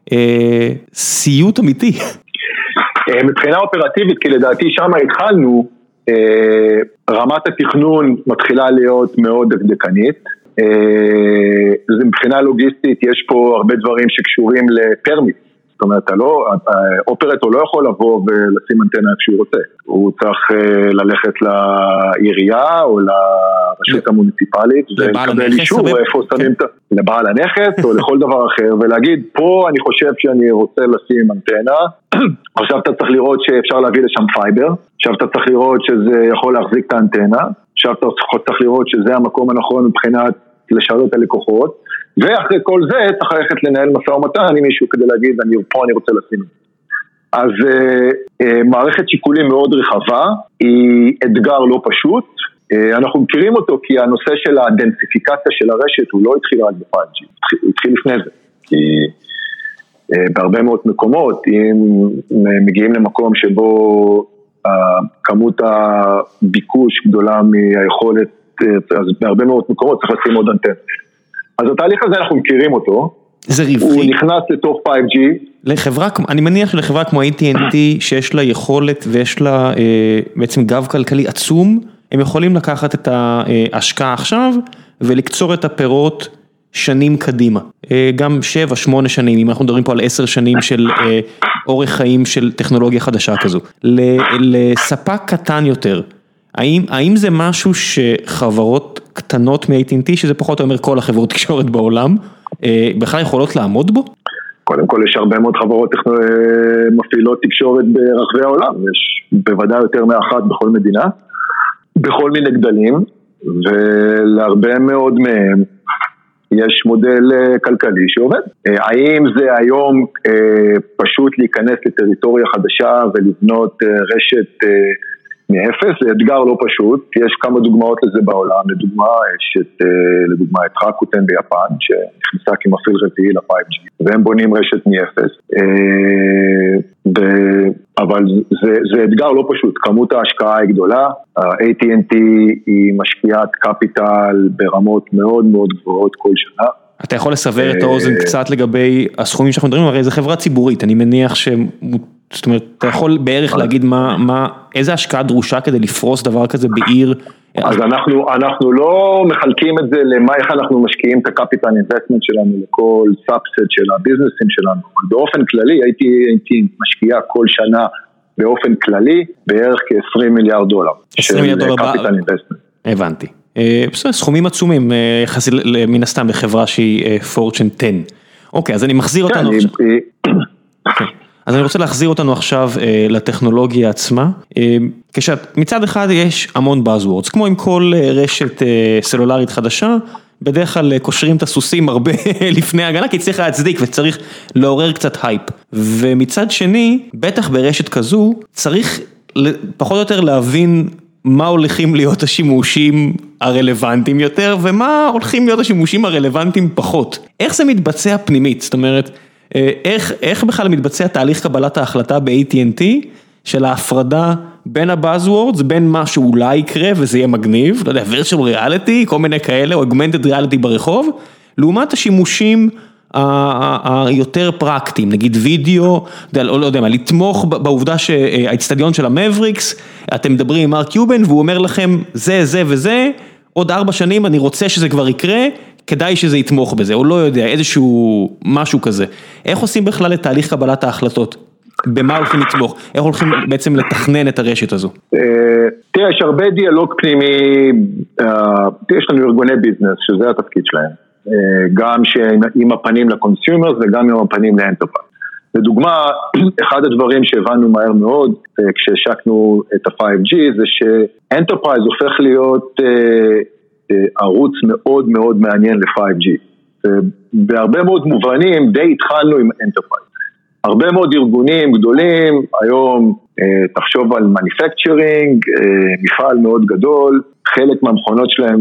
סיוט אמיתי. מבחינה אופרטיבית, כי לדעתי שם התחלנו, רמת התכנון מתחילה להיות מאוד דקדקנית, מבחינה לוגיסטית יש פה הרבה דברים שקשורים לפרמיט, זאת אומרת, אופרטור לא יכול לבוא ולשים אנטנה איפה שהוא רוצה, הוא צריך ללכת לעירייה או לרשות המוניציפלית ולקבל אישור איפה שמים לבעל הנכס או לכל דבר אחר ולהגיד, פה אני חושב שאני רוצה לשים אנטנה, עכשיו אתה צריך לראות שאפשר להביא לשם פייבר, עכשיו אתה צריך לראות שזה יכול להחזיק את האנטנה, עכשיו אתה צריך לראות שזה המקום הנכון מבחינת לשרת את הלקוחות, ואחרי כל זה צריך ללכת לנהל משא ומתן עם מישהו כדי להגיד, פה אני רוצה לשים. אז מערכת שיקולים מאוד רחבה, היא אתגר לא פשוט, אנחנו מכירים אותו כי הנושא של הדנסיפיקציה של הרשת הוא לא התחיל רק ב-5G, הוא התחיל לפני זה, כי בהרבה מאוד מקומות, אם מגיעים למקום שבו כמות הביקוש גדולה מהיכולת, אז בהרבה מאוד מקומות צריך לשים עוד אנטנה. אז התהליך הזה אנחנו מכירים אותו, זה רווחי. הוא נכנס לתוך 5G. לחברה, אני מניח שלחברה כמו AT&T שיש לה יכולת ויש לה בעצם גב כלכלי עצום, הם יכולים לקחת את ההשקעה עכשיו ולקצור את הפירות שנים קדימה. גם 7-8 שנים, אם אנחנו מדברים פה על 10 שנים של אורך חיים של טכנולוגיה חדשה כזו. לספק קטן יותר, האם זה משהו שחברות קטנות מ-AT&T, שזה פחות או אומר כל החברות תקשורת בעולם, בכלל יכולות לעמוד בו? קודם כל יש הרבה מאוד חברות מפעילות תקשורת ברחבי העולם, יש בוודאי יותר מאחת בכל מדינה, בכל מיני גדלים, ולהרבה מאוד מהם יש מודל כלכלי שעובד. האם זה היום פשוט להיכנס לטריטוריה חדשה ולבנות רשת מאפס? זה אתגר לא פשוט, יש כמה דוגמאות לזה בעולם, לדוגמה את רקוטן ביפן, שנכנסה כמפעיל רביעי ל-5G, והם בונים רשת מאפס, אבל זה אתגר לא פשוט, כמות ההשקעה היא גדולה, AT&T היא משקיעת קפיטל ברמות מאוד מאוד גבוהות כל שנה. אתה יכול לסבר את האוזן קצת לגבי הסכומים שאנחנו מדברים, הרי זו חברה ציבורית, אני מניח זאת אומרת, אתה יכול בערך להגיד איזה השקעה דרושה כדי לפרוס דבר כזה בעיר? אז אנחנו לא מחלקים את זה איך אנחנו משקיעים את הקפיטל אינבסטמנט שלנו לכל סאבסט של הביזנסים שלנו. באופן כללי, הייתי משקיע כל שנה באופן כללי בערך כ$20 מיליארד. 20 מיליארד דולר קפיטל אינבסטמנט. הבנתי. סכומים עצומים, יחסית מן הסתם בחברה שהיא Fortune 10. אוקיי, אז אני מחזיר אותנו עכשיו. אז אני רוצה להחזיר אותנו עכשיו לטכנולוגיה עצמה. מצד אחד יש המון buzzwords, כמו עם כל רשת סלולרית חדשה, בדרך כלל קושרים את הסוסים הרבה לפני ההגנה, כי צריך להצדיק וצריך לעורר קצת הייפ. ומצד שני, בטח ברשת כזו, צריך פחות או יותר להבין מה הולכים להיות השימושים הרלוונטיים יותר, ומה הולכים להיות השימושים הרלוונטיים פחות. איך זה מתבצע פנימית? זאת אומרת, איך בכלל מתבצע תהליך קבלת ההחלטה ב-AT&T, של ההפרדה בין הבאזוורדס, בין מה שאולי יקרה וזה יהיה מגניב, לא יודע, virtual reality, כל מיני כאלה, או augmented reality ברחוב, לעומת השימושים היותר פרקטיים, נגיד וידאו, לא יודע מה, לתמוך בעובדה שהאצטדיון של המבריקס, אתם מדברים עם מרק קיובן, והוא אומר לכם, זה וזה, עוד 4 שנים אני רוצה שזה כבר יקרה, כדאי שזה יתמוך בזה, או לא יודע, איזשהו משהו כזה. איך עושים בכלל את תהליך קבלת ההחלטות? במה הולכים לתמוך? איך הולכים בעצם לתכנן את הרשת הזו? תראה, יש הרבה דיאלוג פנימי, יש לנו ארגוני ביזנס, שזה התפקיד שלהם. גם עם הפנים לקונסיומרס וגם עם הפנים לאנטרפרייז. לדוגמה, אחד הדברים שהבנו מהר מאוד כשהשקנו את ה-5G זה שאנטרפרייז הופך להיות ערוץ מאוד מאוד מעניין ל-5G. בהרבה מאוד מובנים די התחלנו עם אנטרפרייז. הרבה מאוד ארגונים גדולים, היום תחשוב על manufacturing, מפעל מאוד גדול, חלק מהמכונות שלהם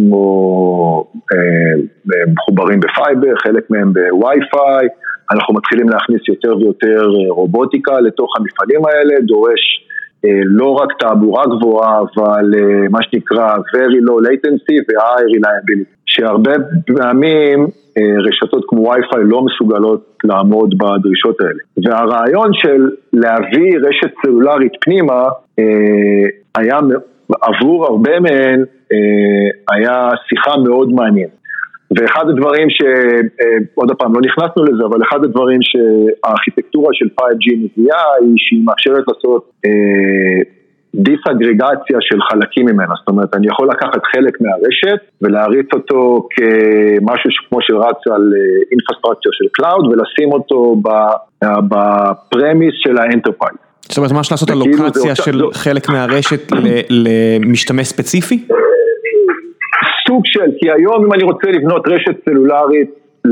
מחוברים בפייבר, חלק מהם בווי-פיי, אנחנו מתחילים להכניס יותר ויותר רובוטיקה לתוך המפעלים האלה, דורש לא רק תעבורה גבוהה, אבל מה שנקרא very low latency ו-high reliability, שהרבה פעמים רשתות כמו וי-פיי לא מסוגלות לעמוד בדרישות האלה. והרעיון של להביא רשת סלולרית פנימה, היה עבור הרבה מהן, היה שיחה מאוד מעניין. ואחד הדברים עוד הפעם לא נכנסנו לזה, אבל אחד הדברים שהארכיטקטורה של 5G מביאה היא שהיא מאפשרת לעשות דיסאגרגציה של חלקים ממנה. זאת אומרת, אני יכול לקחת חלק מהרשת ולהריץ אותו כמשהו כמו שרץ על אינפרסטרקציה של קלאוד, ולשים אותו בפרמיס של האנטרפרייז. זאת אומרת, מה לעשות אלוקציה של חלק מהרשת למשתמש ספציפי? סוג של, כי היום אם אני רוצה לבנות רשת סלולרית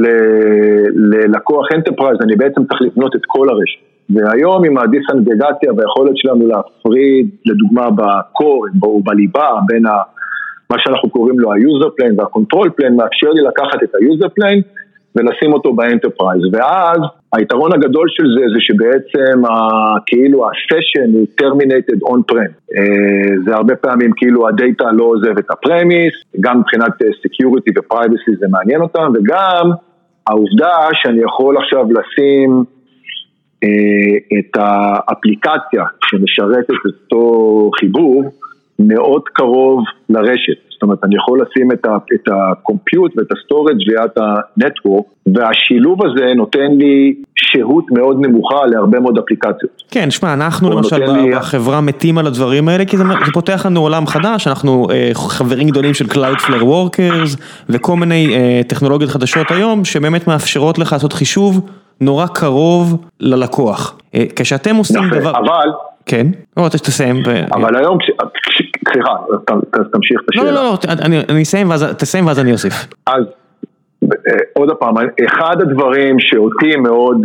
ללקוח אנטרפרייז, אני בעצם צריך לבנות את כל הרשת. והיום עם הדיסאגרגציה והיכולת שלנו להפריד, לדוגמה בקור או בליבה, בין מה שאנחנו קוראים לו ה-user plane וה-control plane, מאפשר לי לקחת את ה-user plane ולשים אותו באנטרפרייז. ואז היתרון הגדול של זה שבעצם כאילו ה-session הוא terminated on-prem. זה הרבה פעמים כאילו הדאטה לא עוזב את הפרמיס, גם מבחינת security ו-privacy זה מעניין אותם, וגם העובדה שאני יכול עכשיו לשים את האפליקציה שמשרתת את אותו חיבור מאוד קרוב לרשת. זאת אומרת, אני יכול לשים את הקומפיוט ואת הסטורג' ליד הנטוורק, והשילוב הזה נותן לי שהות מאוד נמוכה להרבה מאוד אפליקציות. כן, שמע, אנחנו למשל בחברה מתים על הדברים האלה, כי זה פותח לנו עולם חדש, אנחנו חברים גדולים של Cloudflare Workers, וכל מיני טכנולוגיות חדשות היום, שבאמת מאפשרות לך לעשות חישוב נורא קרוב ללקוח. כשאתם עושים דבר... אבל... כן, או תסיים. אבל היום, סליחה, תמשיך את השאלה. לא, אני תסיים ואז אני אוסיף. אז עוד הפעם, אחד הדברים שאותי מאוד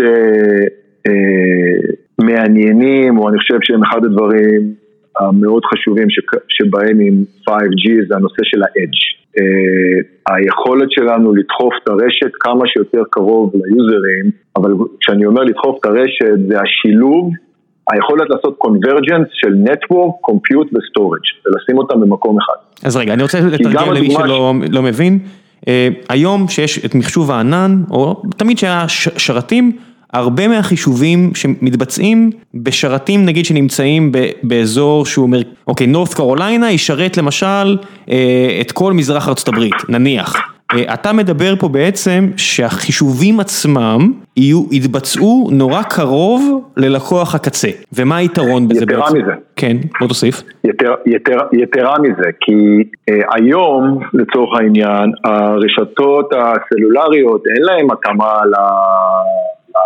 מעניינים, או אני חושב שהם אחד הדברים המאוד חשובים שבהם עם 5G, זה הנושא של ה-edge. היכולת שלנו לדחוף את הרשת כמה שיותר קרוב ליוזרים, אבל כשאני אומר לדחוף את הרשת, זה השילוב, היכולת לעשות קונברג'נס של נטוורק, קומפיוט וסטורג' ולשים אותם במקום אחד. אז רגע, אני רוצה לתרגם למי שלא מבין, היום שיש את מחשוב הענן, או תמיד שהיה שרתים, הרבה מהחישובים שמתבצעים בשרתים, נגיד שנמצאים באזור שהוא אומר, אוקיי, נורת' קרוליינה ישרת למשל את כל מזרח ארצות הברית, נניח. אתה מדבר פה בעצם שהחישובים עצמם יתבצעו נורא קרוב ללקוח הקצה. ומה היתרון בזה בעצם? יתרה מזה. כן, בוא תוסיף. יתרה מזה, כי היום לצורך העניין, הרשתות הסלולריות אין להם התאמה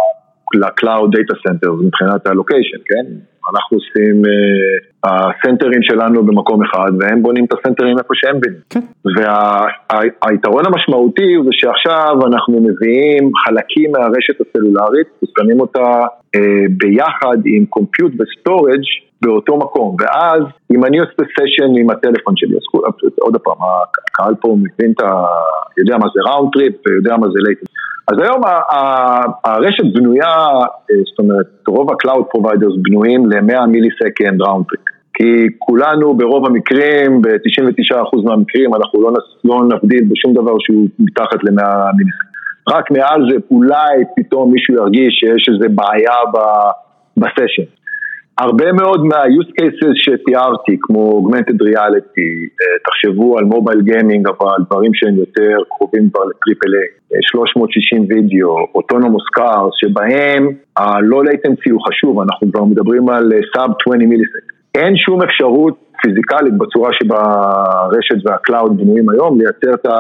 ל-Cloud Data Centers מבחינת הלוקיישן, כן? אנחנו עושים הסנטרים שלנו במקום אחד, והם בונים את הסנטרים איפה שהם בונים. כן. והיתרון המשמעותי זה שעכשיו אנחנו מביאים חלקים מהרשת הסלולרית, ושמים אותה ביחד עם Compute ו-Storage באותו מקום, ואז אם אני עושה סשן עם הטלפון שלי, אז עוד פעם, הקהל פה מבין יודע מה זה ראונד טריפ, יודע מה זה latency. אז היום הרשת בנויה, זאת אומרת, רוב ה-Cloud Providers בנויים ל-100 מיליסקנד ראונד טריפ, כי כולנו ברוב המקרים, ב-99% מהמקרים, אנחנו לא נבדיל בשום דבר שהוא מתחת ל-100 מיליסקנד. רק מעל זה אולי פתאום מישהו ירגיש שיש איזו בעיה בסשן. הרבה מאוד מה-use cases שתיארתי, כמו augmented reality, תחשבו על mobile gaming, אבל דברים שהם יותר קרובים כבר ל-AAA, 360 וידאו, autonomous cars, שבהם ה-low latency הוא חשוב, אנחנו כבר מדברים על sub 20 מיליסקנד. אין שום אפשרות פיזיקלית בצורה שבה הרשת וה-cloud בנויים היום, לייצר את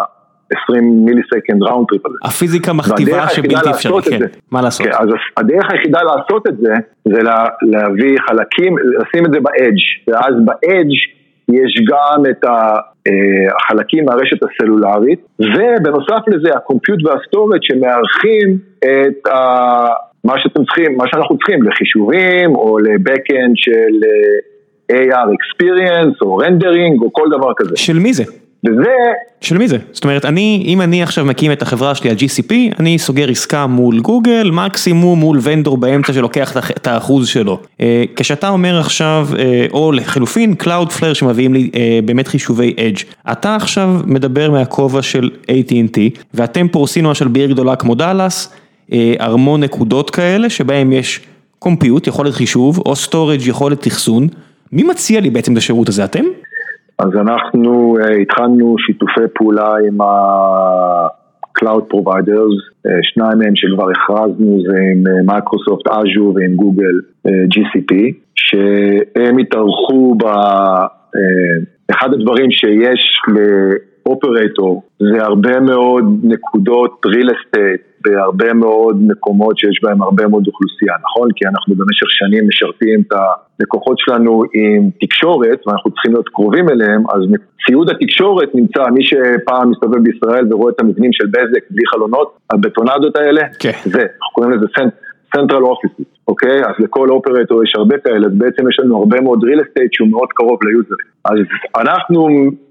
20 מיליסקנד ראונד טריפ הזה. הפיזיקה מכתיבה שבלתי אפשרי, כן, מה לעשות? כן, אז הדרך היחידה לעשות את זה, זה להביא חלקים, לשים את זה באדג', ואז באדג' יש גם את החלקים מהרשת הסלולרית, ובנוסף לזה, הקומפיוט והסטורג' שמארחים את מה שאתם צריכים, מה שאנחנו צריכים, לחישובים, או לבקאנד של AR experience, או רנדרינג, או כל דבר כזה. של מי זה? של מי זה? זאת אומרת, אם אני עכשיו מקים את החברה שלי על GCP, אני סוגר עסקה מול גוגל, מקסימום מול ונדור באמצע שלוקח את האחוז שלו. כשאתה אומר עכשיו, או לחלופין, Cloudflare שמביאים לי באמת חישובי Edge. אתה עכשיו מדבר מהכובע של AT&T, ואתם פורסים למשל בעיר גדולה כמו דאלאס, ארמון נקודות כאלה, שבהם יש קומפיוט, יכולת חישוב, או סטורג' יכולת תחסון. מי מציע לי בעצם את השירות הזה? אתם? אז אנחנו התחלנו שיתופי פעולה עם ה-Cloud Providers, שניים מהם שכבר הכרזנו, זה עם מייקרוסופט Azure ועם גוגל GCP, שהם התארחו אחד הדברים שיש לאופרטור, זה הרבה מאוד נקודות real estate, בהרבה מאוד מקומות שיש בהם הרבה מאוד אוכלוסייה, נכון? כי אנחנו במשך שנים משרתים את הלקוחות שלנו עם תקשורת, ואנחנו צריכים להיות קרובים אליהם, אז ציוד התקשורת נמצא, מי שפעם מסתובב בישראל ורואה את המבנים של בזק בלי חלונות, הבטונדות האלה, זה, אנחנו קוראים לזה Central Office, אוקיי? אז לכל אופרטור יש הרבה כאלה, אז בעצם יש לנו הרבה מאוד real estate שהוא מאוד קרוב ליוזרים. אז אנחנו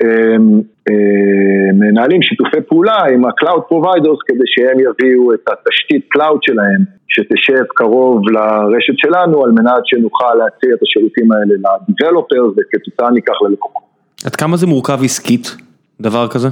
מנהלים שיתופי פעולה עם ה-Cloud Providers כדי שהם יביאו את התשתית Cloud שלהם, שתשב קרוב לרשת שלנו, על מנת שנוכל להציע את השירותים האלה ל-Developers, וכתוצאה ניקח ללקוחות. עד כמה זה מורכב עסקית, דבר כזה?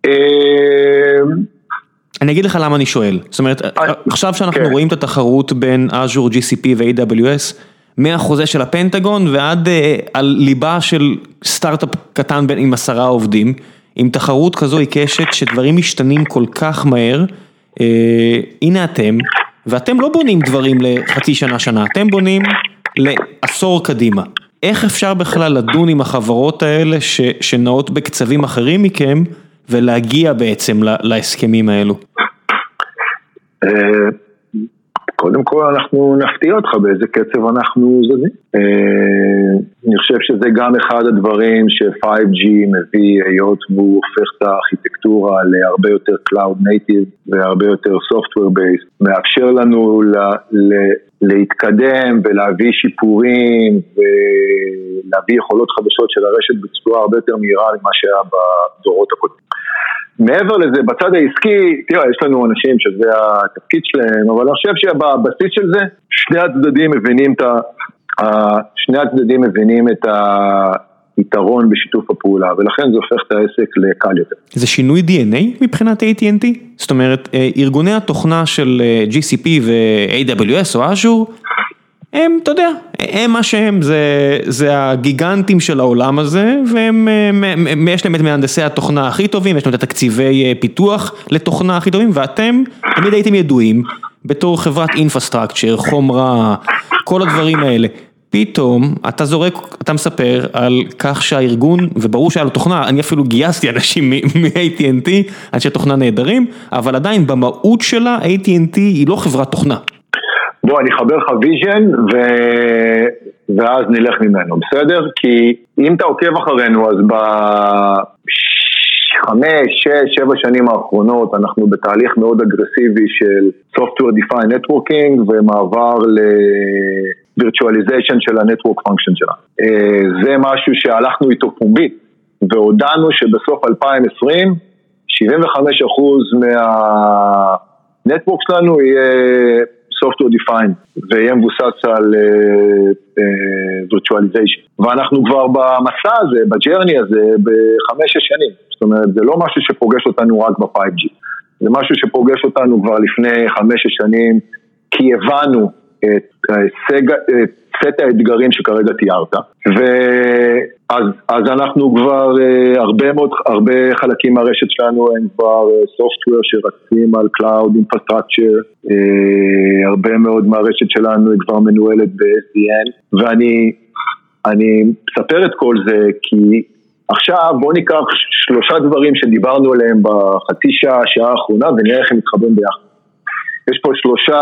אני אגיד לך למה אני שואל. זאת אומרת, עכשיו שאנחנו רואים את התחרות בין Azure, GCP ו-AWS, מהחוזה של הפנטגון ועד על ליבה של סטארט-אפ קטן עם 10 עובדים, עם תחרות כזו עיקשת שדברים משתנים כל כך מהר, הנה ואתם לא בונים דברים לחצי שנה, אתם בונים לעשור קדימה. איך אפשר בכלל לדון עם החברות האלה שנעות בקצבים אחרים מכם, ולהגיע בעצם להסכמים האלו? קודם כל אנחנו נפתיע אותך באיזה קצב אנחנו זזים. אני חושב שזה גם אחד הדברים ש-5G מביא, היות והוא הופך את הארכיטקטורה להרבה יותר Cloud Native והרבה יותר Software Based, מאפשר לנו להתקדם ולהביא שיפורים ולהביא יכולות חדשות של הרשת בצורה הרבה יותר מהירה ממה שהיה בדורות הקודמים. מעבר לזה, בצד העסקי, תראה, יש לנו אנשים שזה התפקיד שלהם, אבל אני חושב שבבסיס של זה, שני הצדדים מבינים את היתרון בשיתוף הפעולה, ולכן זה הופך את העסק לקל יותר. זה שינוי DNA מבחינת AT&T? זאת אומרת, ארגוני התוכנה של GCP ו-AWS או Azure, הם, אתה יודע, הם מה שהם, זה הגיגנטים של העולם הזה, ויש להם את מהנדסי התוכנה הכי טובים, יש להם את התקציבי פיתוח לתוכנה הכי טובים, ואתם תמיד הייתם ידועים, בתור חברת אינפרסטרקצ'ר, חומרה, כל הדברים האלה. פתאום אתה מספר על כך שהארגון, וברור שהיה לו תוכנה, אני אפילו גייסתי אנשים מ-AT&T, אנשי תוכנה נהדרים, אבל עדיין במהות שלה, AT&T היא לא חברת תוכנה. בוא, אני אחבר לך ויז'ן, ואז נלך ממנו, בסדר? כי אם אתה עוקב אחרינו, אז ב5, 6, 7 שנים האחרונות, אנחנו בתהליך מאוד אגרסיבי של Software Defined Networking, ומעבר ל-Virtualization של ה-Network Function שלה. זה משהו שהלכנו איתו פומבית, והודענו שבסוף 2020, 75% מהנטוורק שלנו יהיה Software Defined, ויהיה מבוסס על Virtualization. ואנחנו כבר במסע הזה, בג'רני הזה, ב5-6 שנים. זאת אומרת, זה לא משהו שפוגש אותנו רק ב-5G. זה משהו שפוגש אותנו כבר לפני 5 שנים, כי הבנו את סט האתגרים שכרגע תיארת. אז אנחנו כבר הרבה חלקים מהרשת שלנו הם כבר software שרצים על Cloud Infrastructure, הרבה מאוד מהרשת שלנו היא כבר מנוהלת ב-SDN, ואני מספר את כל זה כי עכשיו בוא ניקח 3 דברים שדיברנו עליהם בחצי שעה האחרונה ונראה איך הם מתחברים ביחד. יש פה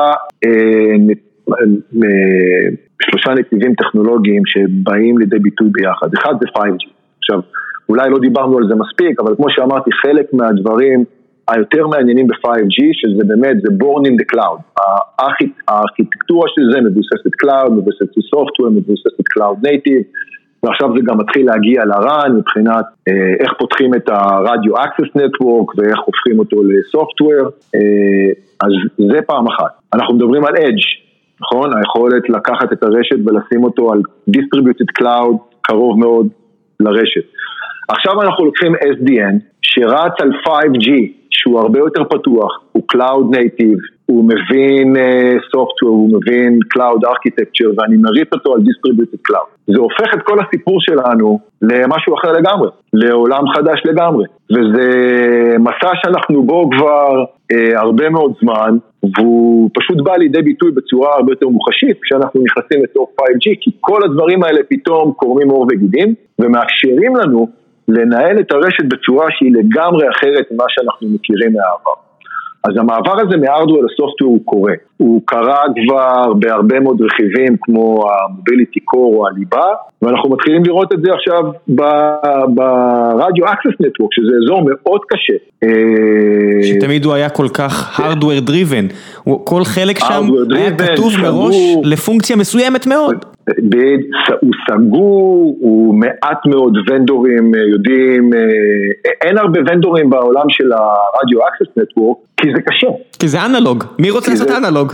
3 נתיבים טכנולוגיים שבאים לידי ביטוי ביחד. אחד זה 5G. עכשיו, אולי לא דיברנו על זה מספיק, אבל כמו שאמרתי, חלק מהדברים היותר מעניינים ב-5G, שזה באמת, זה born in the cloud. הארכיטקטורה של זה מבוססת cloud, מבוססת software, מבוססת cloud native, ועכשיו זה גם מתחיל להגיע לרן, מבחינת איך פותחים את ה-radio access network, ואיך הופכים אותו ל-software, אז זה פעם אחת. אנחנו מדברים על edge, נכון? היכולת לקחת את הרשת ולשים אותו על distributed cloud קרוב מאוד לרשת. עכשיו אנחנו לוקחים SDN שרץ על 5G שהוא הרבה יותר פתוח, הוא cloud native, הוא מבין software, הוא מבין cloud architecture ואני מריץ אותו על distributed cloud. זה הופך את כל הסיפור שלנו למשהו אחר לגמרי, לעולם חדש לגמרי. וזה מסע שאנחנו בו כבר הרבה מאוד זמן, והוא פשוט בא לידי ביטוי בצורה הרבה יותר מוחשית כשאנחנו נכנסים לתוך 5G, כי כל הדברים האלה פתאום קורמים עור וגידים, ומאפשרים לנו לנהל את הרשת בצורה שהיא לגמרי אחרת ממה שאנחנו מכירים מהעבר. אז המעבר הזה מהארדוור לסופטוור הוא קורה. הוא קרה כבר בהרבה מאוד רכיבים כמו המוביליטי קור או הליבה, ואנחנו מתחילים לראות את זה עכשיו ברדיו אקסס נטוורק, שזה אזור מאוד קשה. שתמיד הוא היה כל כך hardware driven, כל חלק שם היה כתוב מראש לפונקציה מסוימת מאוד. הוא סגור, הוא מעט מאוד ונדורים יודעים, אין הרבה ונדורים בעולם של הרדיו אקסס נטוורק, כי זה קשה. כי זה אנלוג, מי רוצה לעשות אנלוג?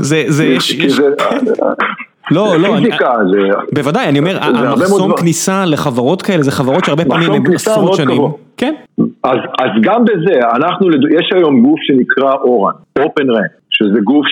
לא, בוודאי, אני אומר, המחסום כניסה לחברות כאלה, זה חברות שהרבה פעמים הם עשרות שנים. כן. אז גם בזה, יש היום גוף שנקרא אורן, OpenRAN, שזה גוף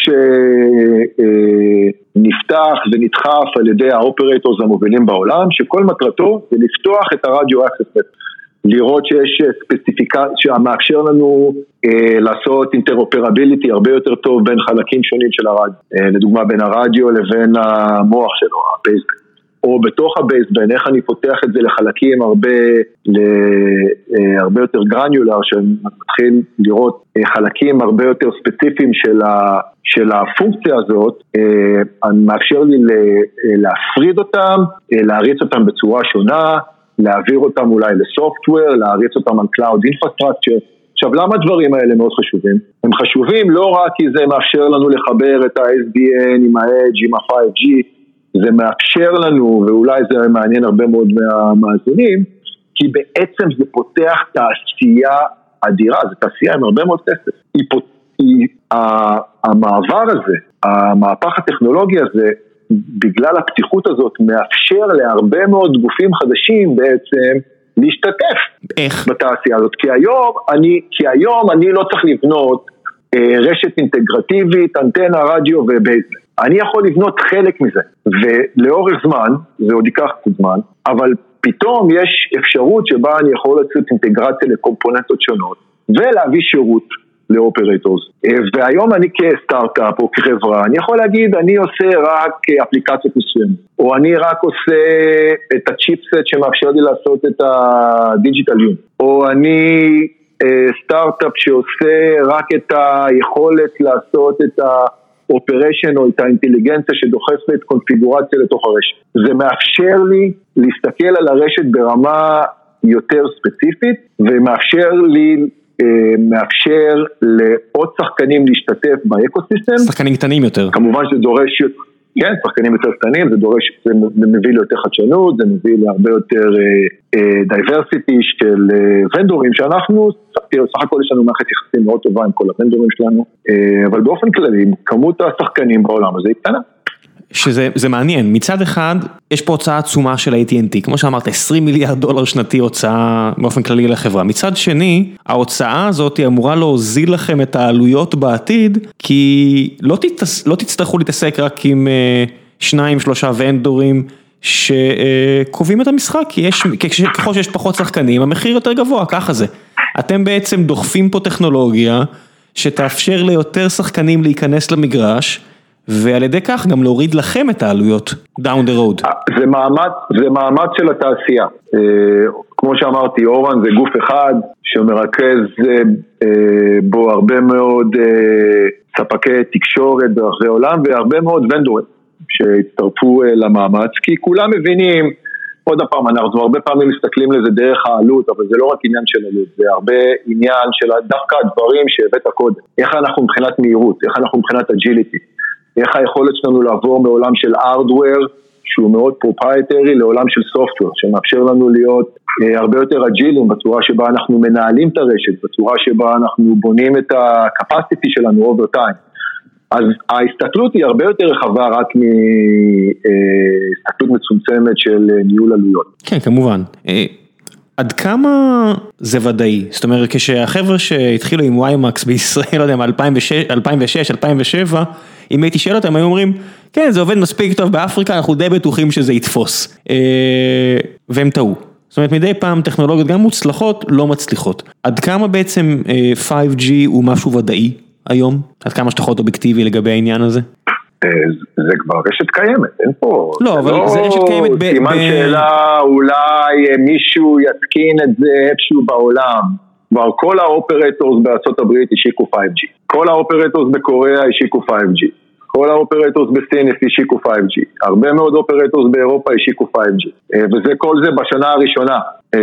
שנפתח ונדחף על ידי האופרטורס המובילים בעולם, שכל מטרתו זה לפתוח את הרדיו אקסס נטוורק. לראות שיש ספציפיקציה שמאפשר לנו לעשות אינטרופרביליטי הרבה יותר טוב בין חלקים שונים של הרדיו, לדוגמה בין הרדיו לבין המוח שלו, הבייסבן, או בתוך הבייסבן, איך אני פותח את זה לחלקים הרבה יותר גרניולר, שמתחיל לראות חלקים הרבה יותר ספציפיים של הפונקציה הזאת, מאפשר לי להפריד אותם, להריץ אותם בצורה שונה, להעביר אותם אולי לסופטוור, להריץ אותם על Cloud Infrastructure. עכשיו, למה הדברים האלה מאוד חשובים? הם חשובים לא רק כי זה מאפשר לנו לחבר את ה-SDN עם ה-Edge, עם ה-5G, זה מאפשר לנו, ואולי זה מעניין הרבה מאוד מהמאזינים, כי בעצם זה פותח תעשייה אדירה, זה תעשייה עם הרבה מאוד כסף. המעבר הזה, המהפך הטכנולוגי הזה, בגלל הפתיחות הזאת מאפשר להרבה מאוד גופים חדשים בעצם להשתתף בתעשייה הזאת. כי היום אני לא צריך לבנות רשת אינטגרטיבית, אנטנה, רדיו ובייסבן. אני יכול לבנות חלק מזה, ולאורך זמן, זה עוד ייקח קצת זמן, אבל פתאום יש אפשרות שבה אני יכול לעשות אינטגרציה לקומפוננטות שונות, ולהביא שירות לאופרטורס. והיום אני כסטארט-אפ או כחברה, אני יכול להגיד, אני עושה רק אפליקציות מסוימת, או אני רק עושה את הצ'יפסט שמאפשר לי לעשות את הדיג'יטל יום, או אני סטארט-אפ שעושה רק את היכולת לעשות את האופרשן או את האינטליגנציה שדוחפת קונפיגורציה לתוך הרשת. זה מאפשר לי להסתכל על הרשת ברמה יותר ספציפית, ומאפשר לי, מאפשר לעוד שחקנים להשתתף באקוסיסטם. שחקנים קטנים יותר. כמובן שזה דורש, כן, שחקנים יותר קטנים, זה מביא ליותר חדשנות, זה מביא להרבה יותר דייברסיטי של ונדורים, שאנחנו, סך הכל יש לנו מערכת יחסים מאוד טובה עם כל הוונדורים שלנו, אבל באופן כללי, כמות השחקנים בעולם הזה היא קטנה. שזה מעניין, מצד אחד יש פה הוצאה עצומה של AT&T, כמו שאמרת, $20 מיליארד שנתי הוצאה באופן כללי לחברה. מצד שני, ההוצאה הזאת היא אמורה להוזיל לכם את העלויות בעתיד, כי לא תצטרכו להתעסק רק עם 2-3 ונדורים שקובעים את המשחק, כי ככל שיש פחות שחקנים, המחיר יותר גבוה, ככה זה. אתם בעצם דוחפים פה טכנולוגיה שתאפשר ליותר שחקנים להיכנס למגרש, ועל ידי כך גם להוריד לכם את העלויות down the road. זה מאמץ של התעשייה. כמו שאמרתי, אורן זה גוף אחד שמרכז בו הרבה מאוד ספקי תקשורת ברחבי העולם, והרבה מאוד ונדורים שהצטרפו למאמץ, כי כולם מבינים, עוד הפעם, אנחנו הרבה פעמים מסתכלים לזה דרך העלות, אבל זה לא רק עניין של עלות, זה הרבה עניין של דווקא הדברים שהבאת קודם. איך אנחנו מבחינת מהירות, איך אנחנו מבחינת אג'יליטי, איך היכולת שלנו לעבור מעולם של hardware, שהוא מאוד פרופרייטרי, לעולם של software, שמאפשר לנו להיות הרבה יותר אג'ילים, בצורה שבה אנחנו מנהלים את הרשת, בצורה שבה אנחנו בונים את ה-capacity שלנו over time. אז ההסתכלות היא הרבה יותר רחבה רק מהסתכלות מצומצמת של ניהול עלויות. כן, כמובן. עד כמה זה ודאי? זאת אומרת, כשהחבר'ה שהתחילו עם WiMAX בישראל, לא יודע, 2006, 2007, אם הייתי שואל אותם, היו אומרים, כן, זה עובד מספיק טוב באפריקה, אנחנו די בטוחים שזה יתפוס. והם טעו. זאת אומרת, מדי פעם טכנולוגיות גם מוצלחות, לא מצליחות. עד כמה בעצם 5G הוא משהו ודאי היום? עד כמה שתחות אובייקטיבי לגבי העניין הזה? זה כבר רשת קיימת, אין פה. לא, אבל זה רשת קיימת סימן שאלה, אולי מישהו יתקין את זה איפשהו בעולם. כבר כל האופרטורס בארצות הברית השיקו 5G. כל האופרטורס בקוריאה השיקו 5G. כל האופרטורס בסין השיקו 5G. הרבה מאוד אופרטורס באירופה השיקו 5G. וזה כל זה בשנה הראשונה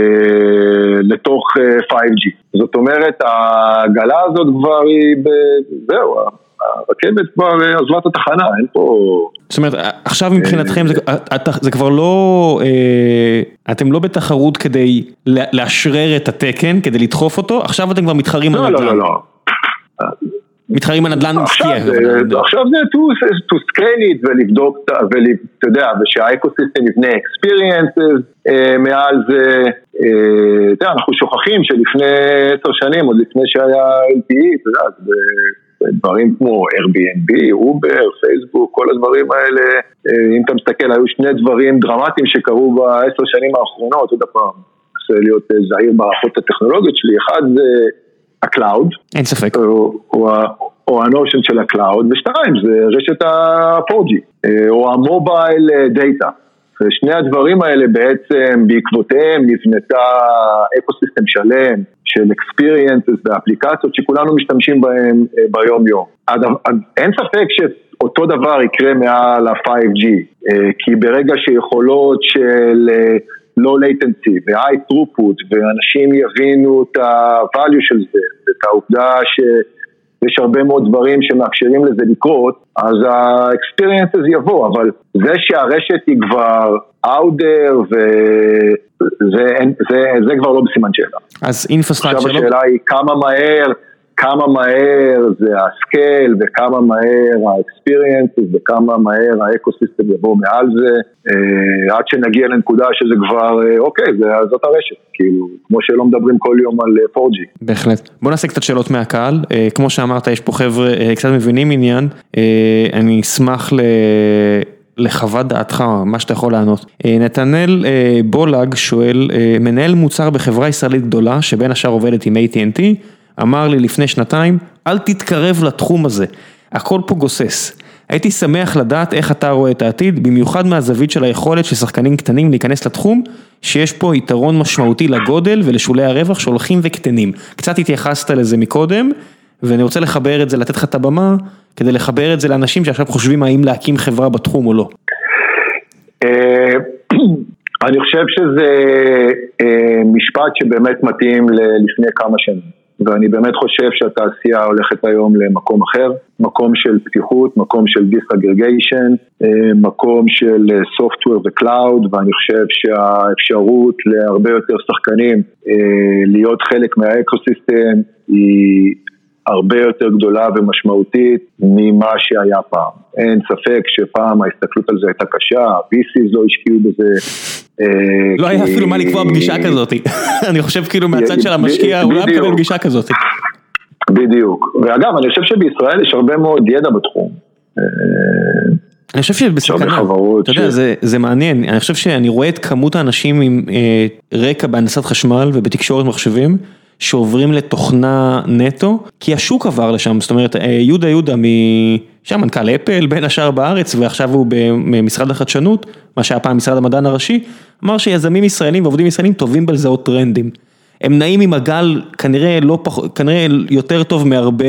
לתוך 5G. זאת אומרת, הגלה הזאת כבר היא זהו, הרכבת כבר עזבה את התחנה, אין פה... זאת אומרת, עכשיו מבחינתכם זה כבר לא, אתם לא בתחרות כדי לאשרר את התקן, כדי לדחוף אותו, עכשיו אתם כבר מתחרים על נדל"ן. לא, לא. מתחרים על נדל"ן משקיע. עכשיו זה to scale it ולבדוק, ואתה יודע, ושהאקוסיסטם יבנה experiences, מעל זה, אתה יודע, אנחנו שוכחים שלפני 10 שנים, עוד לפני שהיה LTE, אתה יודע, דברים כמו Airbnb, אובר, פייסבוק, כל הדברים האלה, אם אתה מסתכל, היו שני דברים דרמטיים שקרו ב10 שנים האחרונות, עוד הפעם, צריך להיות זהיר בערכות הטכנולוגיות שלי, אחד זה הקלאוד, אין ספק, או הנושן של הקלאוד, ושתיים זה רשת ה-4G, או המובייל דאטה, ושני הדברים האלה בעצם בעקבותיהם נבנתה אקוסיסטם שלם של experiences ואפליקציות שכולנו משתמשים בהם ביום יום. אין ספק שאותו דבר יקרה מעל ה-5G, כי ברגע שיכולות של low latency ו-high throughput ואנשים יבינו את ה-value של זה, את העובדה שיש הרבה מאוד דברים שמאפשרים לזה לקרות, אז ה-experiences יבוא, אבל זה שהרשת היא כבר out there, וזה כבר לא בסימן שאלה. אז אינפרסטרקצ'ר... עכשיו השאלה היא כמה מהר זה הסקייל, וכמה מהר ה-experiences, וכמה מהר האקוסיסטם יבוא מעל זה, עד שנגיע לנקודה שזה כבר, אוקיי, זאת הרשת, כאילו, כמו שלא מדברים כל יום על 4G. בהחלט. בוא נעשה קצת שאלות מהקהל, כמו שאמרת, יש פה חבר'ה קצת מבינים עניין, אני אשמח לחוות דעתך, מה שאתה יכול לענות. נתנאל בולג שואל, מנהל מוצר בחברה ישראלית גדולה, שבין השאר עובדת עם AT&T, אמר לי לפני 2 אל תתקרב לתחום הזה, הכל פה גוסס. הייתי שמח לדעת איך אתה רואה את העתיד, במיוחד מהזווית של היכולת של שחקנים קטנים להיכנס לתחום, שיש פה יתרון משמעותי לגודל ולשולי הרווח שהולכים וקטנים. קצת התייחסת לזה מקודם, ואני רוצה לחבר את זה, לתת לך את הבמה, כדי לחבר את זה לאנשים שעכשיו חושבים האם להקים חברה בתחום או לא? אני חושב שזה משפט שבאמת מתאים לפני כמה שנים. ואני באמת חושב שהתעשייה הולכת היום למקום אחר, מקום של פתיחות, מקום של disaggregation, מקום של software וקלאוד, ואני חושב שהאפשרות להרבה יותר שחקנים להיות חלק מהאקוסיסטם היא הרבה יותר גדולה ומשמעותית ממה שהיה פעם. אין ספק שפעם ההסתכלות על זה הייתה קשה, VCs לא השקיעו בזה. לא היה אפילו מה לקבוע פגישה כזאת. אני חושב כאילו מהצד של המשקיע, הוא לא היה מקבל פגישה כזאת. בדיוק. ואגב, אני חושב שבישראל יש הרבה מאוד ידע בתחום. אני חושב שבסכנה, אתה יודע, זה מעניין. אני חושב שאני רואה את כמות האנשים עם רקע בהנדסת חשמל ובתקשורת מחשבים, שעוברים לתוכנה נטו, כי השוק עבר לשם, זאת אומרת, יהודה שם מנכ"ל אפל, בין השאר בארץ, ועכשיו הוא במשרד החדשנות, מה שהיה פעם משרד המדען הראשי, אמר שיזמים ישראלים ועובדים ישראלים טובים בלזהות טרנדים. הם נעים עם הגל, כנראה יותר טוב מהרבה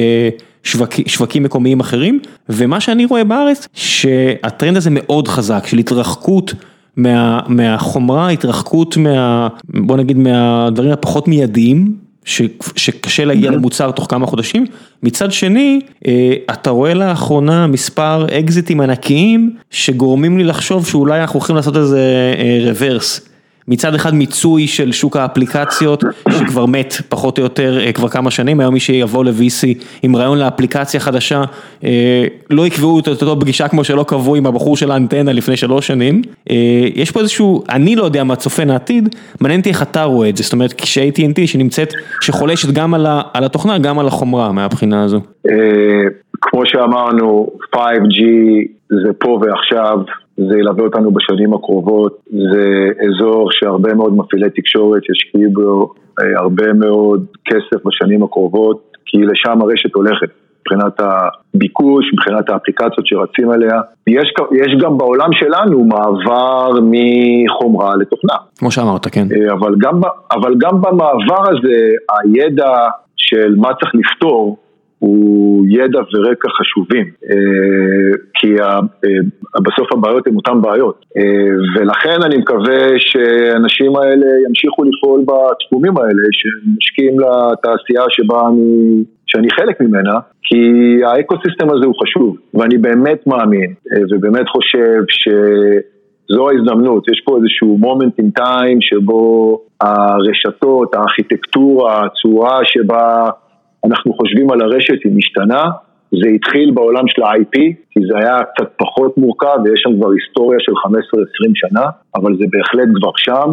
שווקים מקומיים אחרים, ומה שאני רואה בארץ, שהטרנד הזה מאוד חזק, של התרחקות מהחומרה, התרחקות בוא נגיד מהדברים הפחות מיידיים, שקשה להגיע למוצר תוך כמה חודשים. מצד שני, אתה רואה לאחרונה מספר אקזיטים ענקיים, שגורמים לי לחשוב שאולי אנחנו הולכים לעשות איזה רוורס. מצד אחד מיצוי של שוק האפליקציות, שכבר מת פחות או יותר כבר כמה שנים, היום מי שיבוא ל-VC עם רעיון לאפליקציה חדשה, לא יקבעו את אותו פגישה כמו שלא קבעו עם הבחור של האנטנה לפני 3 שנים. יש פה איזשהו, אני לא יודע מה צופן העתיד, מעניין אותי איך אתה רואה את זה, זאת אומרת כש-AT&T שנמצאת, שחולשת גם על התוכנה, גם על החומרה מהבחינה הזו. כמו שאמרנו, 5G זה פה ועכשיו, זה ילווה אותנו בשנים הקרובות, זה אזור שהרבה מאוד מפעילי תקשורת ישקיעו בו הרבה מאוד כסף בשנים הקרובות, כי לשם הרשת הולכת, מבחינת הביקוש, מבחינת האפליקציות שרצים עליה. יש גם בעולם שלנו מעבר מחומרה לתוכנה. כמו שאמרת, כן. אבל גם במעבר הזה, הידע של מה צריך לפתור, הוא ידע ורקע חשובים, כי בסוף הבעיות הן אותן בעיות, ולכן אני מקווה שאנשים האלה ימשיכו לפעול בתחומים האלה, שמשקיעים לתעשייה שאני חלק ממנה, כי האקוסיסטם הזה הוא חשוב, ואני באמת מאמין, ובאמת חושב שזו ההזדמנות, יש פה איזשהו moment in time, שבו הרשתות, הארכיטקטורה, הצורה שבה אנחנו חושבים על הרשת היא משתנה, זה התחיל בעולם של ה-IP, כי זה היה קצת פחות מורכב, ויש שם כבר היסטוריה של 15-20 שנה, אבל זה בהחלט כבר שם,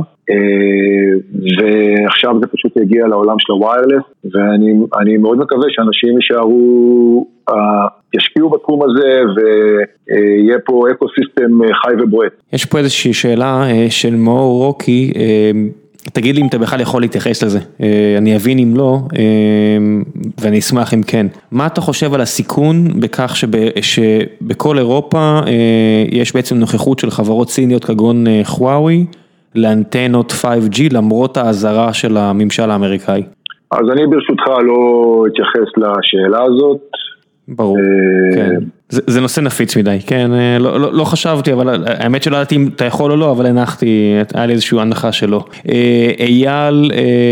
ועכשיו זה פשוט הגיע לעולם של הוויירלס, ואני מאוד מקווה שאנשים ישקיעו בתחום הזה, ויהיה פה אקוסיסטם חי ובועט. יש פה איזושהי שאלה של מאור רוקי, תגיד לי אם אתה בכלל יכול להתייחס לזה, אני אבין אם לא, ואני אשמח אם כן. מה אתה חושב על הסיכון בכך שבכל אירופה יש בעצם נוכחות של חברות סיניות כגון חוואוי לאנטנות 5G למרות ההזרה של הממשל האמריקאי? אז אני ברשותך לא אתייחס לשאלה הזאת. ברור, כן. זה נושא נפיץ מדי, כן, לא חשבתי, אבל האמת שלא ידעתי אם אתה יכול או לא, אבל הנחתי, היה לי איזושהי הנחה שלו. אייל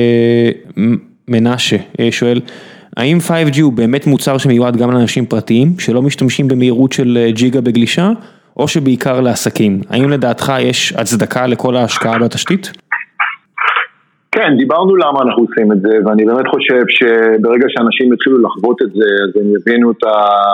מנשה שואל, האם 5G הוא באמת מוצר שמיועד גם לאנשים פרטיים, שלא משתמשים במהירות של ג'יגה בגלישה, או שבעיקר לעסקים? האם לדעתך יש הצדקה לכל ההשקעה בתשתית? כן, דיברנו למה אנחנו עושים את זה, ואני באמת חושב שברגע שאנשים יתחילו לחוות את זה, אז הם יבינו את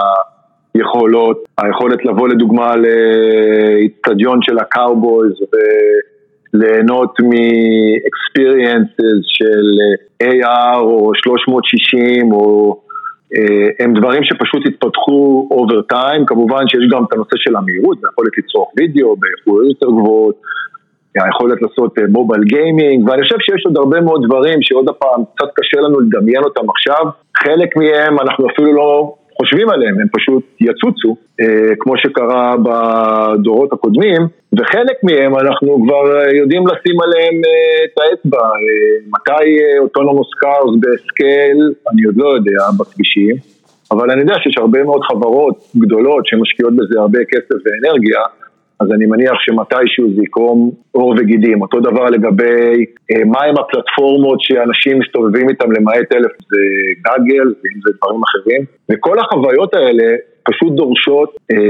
היכולת לבוא לדוגמה לאצטדיון של הקאובויז וליהנות מ-experiences של AR או 360 או הם דברים שפשוט התפתחו over time, כמובן שיש גם את הנושא של המהירות, היכולת לצרוך וידאו באיכויות יותר גבוהות, היכולת לעשות מובייל גיימינג, ואני חושב שיש עוד הרבה מאוד דברים שעוד הפעם קצת קשה לנו לדמיין אותם עכשיו, חלק מהם אנחנו אפילו לא חושבים עליהם, הם פשוט יצוצו, כמו שקרה בדורות הקודמים, וחלק מהם אנחנו כבר יודעים לשים עליהם את האצבע, מתי אוטונומוס קארס בסקייל, אני עוד לא יודע, בכבישים, אבל אני יודע שיש הרבה מאוד חברות גדולות שמשקיעות בזה הרבה כסף ואנרגיה, אז אני מניח שמתישהו זה יקרום אור וגידים. אותו דבר לגבי מהם הפלטפורמות שאנשים מסתובבים איתם למעט אלף, זה גאגל ואם זה דברים אחרים, וכל החוויות האלה פשוט דורשות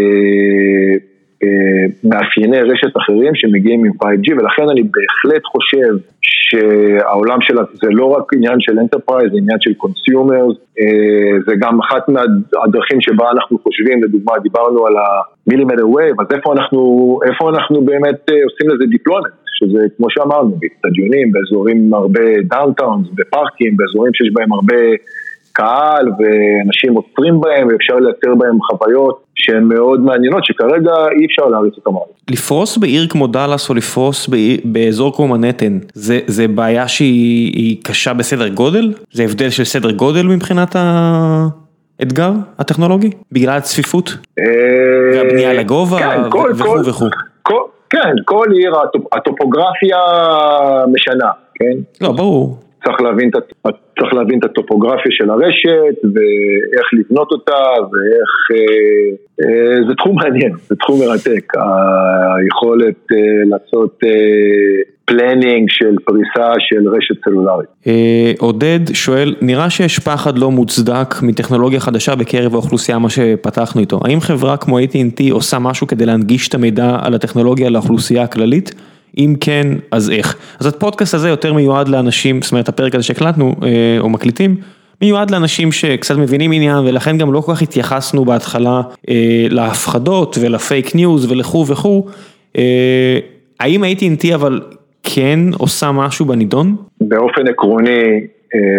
מאפייני רשת אחרים שמגיעים עם 5G, ולכן אני בהחלט חושב שהעולם שלה זה לא רק עניין של enterprise, זה עניין של consumers, זה גם אחת מהדרכים שבה אנחנו חושבים, לדוגמה דיברנו על ה-millimeter wave, אז איפה אנחנו באמת עושים לזה deployment, שזה כמו שאמרנו, באצטדיונים, באזורים עם הרבה downtowns, בפארקים, באזורים שיש בהם הרבה קהל ואנשים עוצרים בהם ואפשר לייצר בהם חוויות שהן מאוד מעניינות שכרגע אי אפשר להריץ אותם. לפרוס בעיר כמו דלס או לפרוס באזור כמו מנהטן, זה בעיה שהיא קשה בסדר גודל? זה הבדל של סדר גודל מבחינת האתגר הטכנולוגי? בגלל הצפיפות? והבנייה לגובה וכו' וכו'. כן, כל עיר הטופוגרפיה משנה, כן? לא, ברור. צריך להבין את הטופוגרפיה של הרשת ואיך לבנות אותה ואיך, זה תחום מעניין, זה תחום מרתק, היכולת לעשות פלנינג של פריסה של רשת סלולרית. עודד שואל, נראה שיש פחד לא מוצדק מטכנולוגיה חדשה בקרב האוכלוסייה, מה שפתחנו איתו. האם חברה כמו AT&T עושה משהו כדי להנגיש את המידע על הטכנולוגיה לאוכלוסייה הכללית? אם כן, אז איך? אז הפודקאסט הזה יותר מיועד לאנשים, זאת אומרת, הפרק הזה שהקלטנו או מקליטים, מיועד לאנשים שקצת מבינים עניין, ולכן גם לא כל כך התייחסנו בהתחלה להפחדות ולפייק ניוז ולכו וכו. האם AT&T אבל כן עושה משהו בנידון? באופן עקרוני,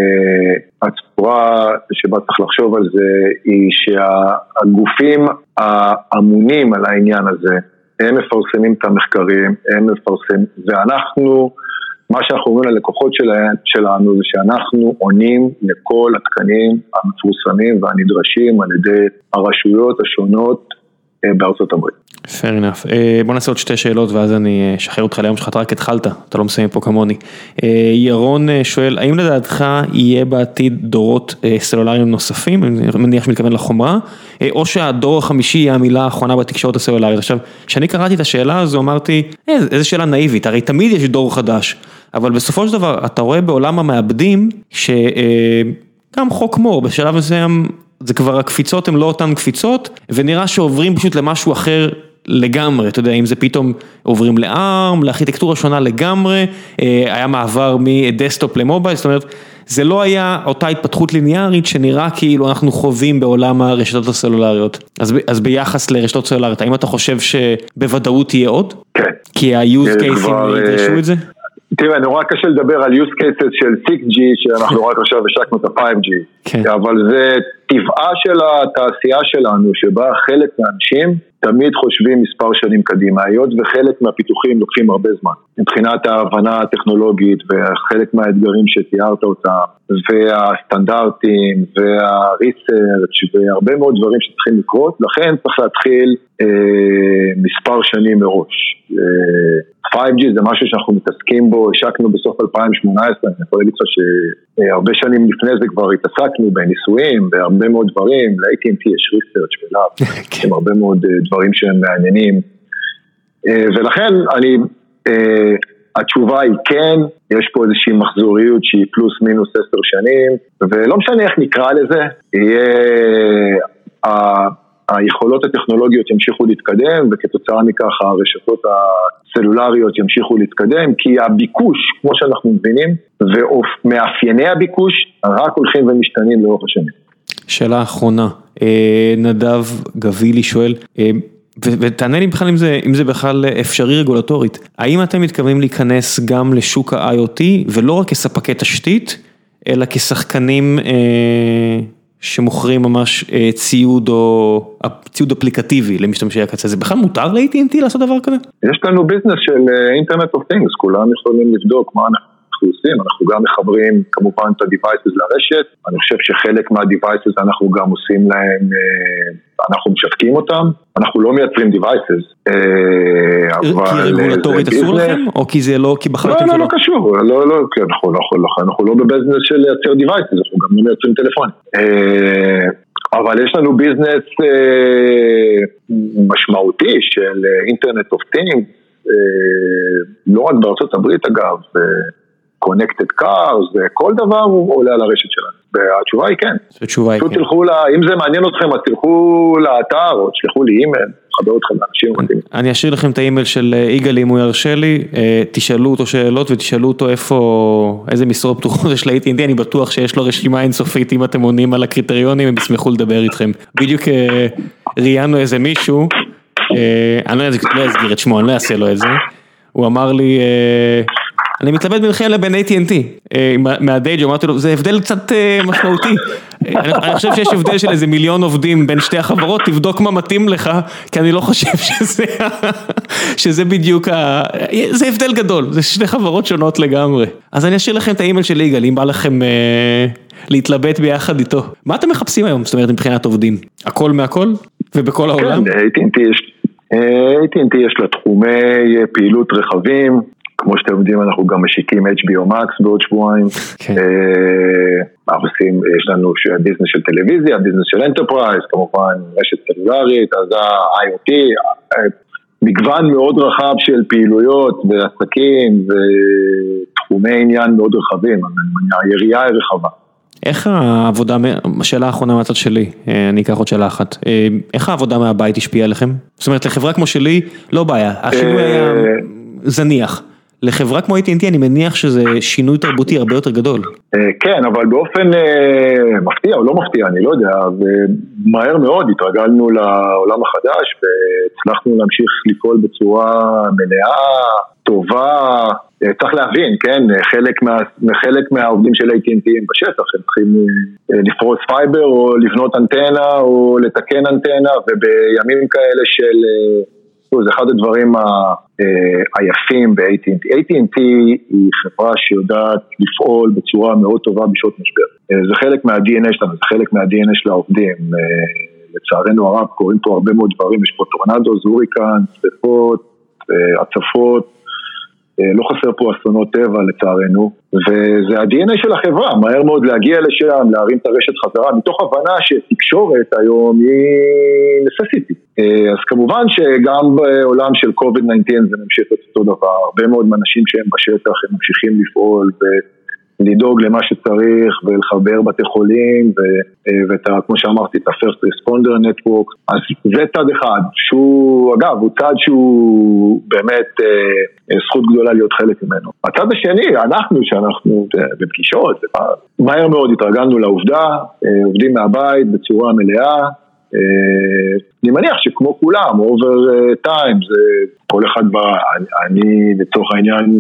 הצורה שבה צריך לחשוב על זה, היא שהגופים האמונים על העניין הזה, הם מפרסמים את המחקרים, ואנחנו, מה שאנחנו אומרים ללקוחות שלנו, זה שאנחנו עונים לכל התקנים המפורסמים והנדרשים על ידי הרשויות השונות בארצות הברית. Fair enough. בוא נעשה עוד שתי שאלות ואז אני אשחרר אותך ליום שלך, אתה רק התחלת, אתה לא מסיים פה כמוני. ירון שואל, האם לדעתך יהיה בעתיד דורות סלולריים נוספים, אני מניח שמתכוון לחומרה, או שהדור החמישי יהיה המילה האחרונה בתקשורת הסלולרית? עכשיו, כשאני קראתי את השאלה הזו, אמרתי, איזה שאלה נאיבית, הרי תמיד יש דור חדש, אבל בסופו של דבר, אתה רואה בעולם המעבדים, שגם חוק מור, בשלב מסוים, זה כבר הקפיצות הן לא אותן קפיצות, ונראה שעוברים פשוט למשהו אחר לגמרי, אתה יודע, אם זה פתאום עוברים לארם, לארכיטקטורה שונה לגמרי, היה מעבר מדסטופ למובייל, זאת אומרת, זה לא היה אותה התפתחות ליניארית שנראה כאילו אנחנו חווים בעולם הרשתות הסלולריות. אז ביחס לרשתות סלולריות, האם אתה חושב שבוודאות תהיה עוד? כן. כי ה-use cases ידרשו את זה? תראה, נורא קשה לדבר על use cases של 6G, שאנחנו רק עכשיו השקנו את ה-5G, אבל זה טבעה של התעשייה שלנו, שבה חלק מהאנשים תמיד חושבים מספר שנים קדימה, היות וחלק מהפיתוחים לוקחים הרבה זמן, מבחינת ההבנה הטכנולוגית וחלק מהאתגרים שתיארת אותם, והסטנדרטים והריסרצ' והרבה מאוד דברים שצריכים לקרות, לכן צריך להתחיל מספר שנים מראש. 5G זה משהו שאנחנו מתעסקים בו, השקנו בסוף 2018, אני יכול להגיד לך שהרבה שנים לפני זה כבר התעסקנו בניסויים, בהרבה מאוד דברים, ל-AT&T יש ריסרצ' ולאב, עם הרבה מאוד דברים שהם מעניינים, ולכן התשובה היא כן, יש פה איזושהי מחזוריות שהיא פלוס מינוס 10 שנים, ולא משנה איך נקרא לזה, היכולות הטכנולוגיות ימשיכו להתקדם, וכתוצאה מכך הרשתות הסלולריות ימשיכו להתקדם, כי הביקוש, כמו שאנחנו מבינים, ומאפייני הביקוש, רק הולכים ומשתנים לאורך השנים. שאלה אחרונה, נדב גבילי שואל, ותענה לי בכלל אם זה בכלל אפשרי רגולטורית, האם אתם מתכוונים להיכנס גם לשוק ה-IoT, ולא רק כספקי תשתית, אלא כשחקנים שמוכרים ממש ציוד או ציוד אפליקטיבי למשתמשי הקצה, זה בכלל מותר ל-AT&T לעשות דבר כזה? יש לנו ביזנס של Internet of Things, כולם יכולים לבדוק מה אנחנו עושים, אנחנו גם מחברים כמובן את ה-devices לרשת, אני חושב שחלק מה-devices אנחנו גם עושים להם, אנחנו משווקים אותם, אנחנו לא מייצרים devices, כי רגולטורית אסור לכם? או כי זה לא, כי בחרתם שלא? לא קשור, כי אנחנו לא בביזנס של לייצר devices, אנחנו גם לא מייצרים טלפון. אבל יש לנו ביזנס משמעותי של אינטרנט אוף טינג, לא רק בארצות הברית אגב, connected cars, כל דבר הוא עולה על הרשת שלנו. והתשובה היא כן. אם זה מעניין אתכם, אז תלכו לאתר או תשלחו לי אימייל, חבר אתכם לאנשים. אני אשאיר לכם את האימייל של יגאל אם הוא ירשה לי, תשאלו אותו שאלות ותשאלו אותו איזה משרות פתוחות יש ל-AT&T, אני בטוח שיש לו רשימה אינסופית, אם אתם עונים על הקריטריונים, הם ישמחו לדבר איתכם. בדיוק ראיינו איזה מישהו, אני לא אסגיר את שמו, אני לא אעשה לו את זה, הוא אמר לי, אני מתלבט ביניכם לבין AT&T, מהדייג' אמרתי לו, זה הבדל קצת משמעותי, אני חושב שיש הבדל של איזה 1,000,000 עובדים בין שתי החברות, תבדוק מה מתאים לך, כי אני לא חושב שזה בדיוק, זה הבדל גדול, זה שתי חברות שונות לגמרי. אז אני אשאיר לכם את האימייל של יגאל, אם בא לכם להתלבט ביחד איתו. מה אתם מחפשים היום, זאת אומרת, מבחינת עובדים? הכל מהכל? ובכל העולם? כן, AT&T יש לה תחומי פעילות רחבים, כמו שאתם יודעים, אנחנו גם משיקים HBO Max בעוד שבועיים. יש לנו ביזנס של טלוויזיה, ביזנס של אנטרפרייז, כמובן רשת סלולרית, אז ה-IoT, מגוון מאוד רחב של פעילויות ועסקים ותחומי עניין מאוד רחבים, היריעה היא רחבה. איך העבודה, השאלה האחרונה מהצד שלי, אני אקח עוד שאלה אחת, איך העבודה מהבית השפיעה עליכם? זאת אומרת, לחברה כמו שלי, לא בעיה, השינוי היה זניח. לחברה כמו AT&T אני מניח שזה שינוי תרבותי הרבה יותר גדול. כן, אבל באופן מפתיע או לא מפתיע, אני לא יודע, ומהר מאוד התרגלנו לעולם החדש, והצלחנו להמשיך לפעול בצורה מלאה, טובה, צריך להבין, כן, חלק מהעובדים של AT&T הם בשטח, הם צריכים לפרוס פייבר או לבנות אנטנה או לתקן אנטנה, ובימים כאלה של... זה אחד הדברים היפים ב-AT&T. AT&T היא חברה שיודעת לפעול בצורה מאוד טובה בשעות משבר. זה חלק מה-DNA שלנו, זה חלק מה-DNA של העובדים. לצערנו הרב קוראים פה הרבה מאוד דברים, יש פה טורנדו, זוריקן, שריפות, הצפות, לא חסר פה אסונות טבע לצערנו, וזה ה-DNA של החברה, מהר מאוד להגיע לשם, להרים את הרשת חזרה, מתוך הבנה שתקשורת היום היא necessity. אז כמובן שגם בעולם של COVID-19 זה ממשיך את אותו דבר, הרבה מאוד אנשים שהם בשטח, הם ממשיכים לפעול ולדאוג למה שצריך ולחבר בתי חולים כמו שאמרתי, את ה-First Responder Network, אז זה צד אחד, שהוא אגב, הוא צד שהוא באמת זכות גדולה להיות חלק ממנו. הצד השני, שאנחנו בפגישות, מהר מאוד התרגלנו לעובדה, עובדים מהבית בצורה מלאה, אני מניח שכמו כולם, over time, זה כל אחד אני לצורך העניין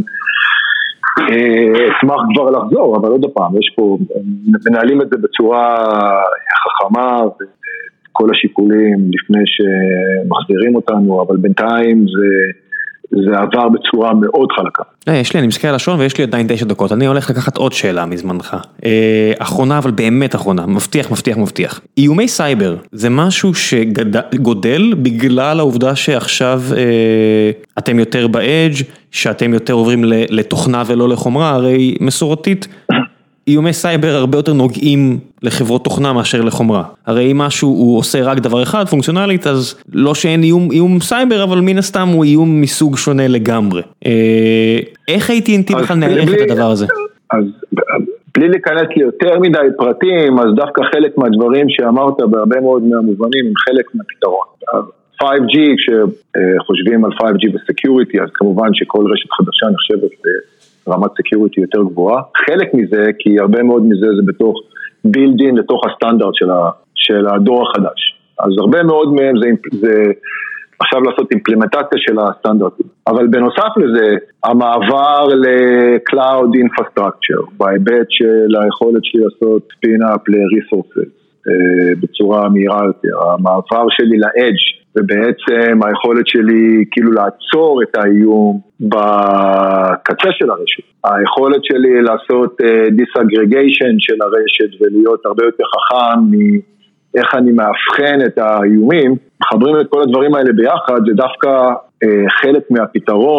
אשמח כבר לחזור, אבל עוד פעם, יש פה, מנהלים את זה בצורה חכמה, וכל השיקולים לפני שמחזירים אותנו, אבל בינתיים זה עבר בצורה מאוד חלקה. אני מסתכל על השעון ויש לי עדיין 9 דקות, אני הולך לקחת עוד שאלה מזמנך. אחרונה, אבל באמת אחרונה, מבטיח. איומי סייבר, זה משהו שגודל בגלל העובדה שעכשיו אתם יותר באדג', שאתם יותר עוברים לתוכנה ולא לחומרה, הרי מסורתית, איומי סייבר הרבה יותר נוגעים לחברות תוכנה מאשר לחומרה. הרי אם משהו הוא עושה רק דבר אחד, פונקציונלית, אז לא שאין איום סייבר, אבל מן הסתם הוא איום מסוג שונה לגמרי. איך AT&T בכלל נערך את הדבר הזה? אז בלי להיכנס לי יותר מדי פרטים, אז דווקא חלק מהדברים שאמרת בהרבה מאוד מהמובנים הם חלק מהפתרון. 5G, כשחושבים על 5G וסקיוריטי, אז כמובן שכל רשת חדשה נחשבת רמת סקיוריטי יותר גבוהה. חלק מזה, כי הרבה מאוד מזה זה בתוך בילדין לתוך הסטנדרט של הדור החדש. אז הרבה מאוד מהם זה עכשיו לעשות אימפלמנטציה של הסטנדרטים. אבל בנוסף לזה, המעבר ל-Cloud Infrastructure, בהיבט של היכולת שלי לעשות spin-up ל-resources, בצורה מהירה יותר, המעבר שלי ל-edge, ובעצם היכולת שלי כאילו לעצור את האיום בקצה של הרשת. היכולת שלי לעשות disaggregation של הרשת ולהיות הרבה יותר חכם מאיך אני מאבחן את האיומים. מחברים את כל הדברים האלה ביחד, זה דווקא חלק מהפתרון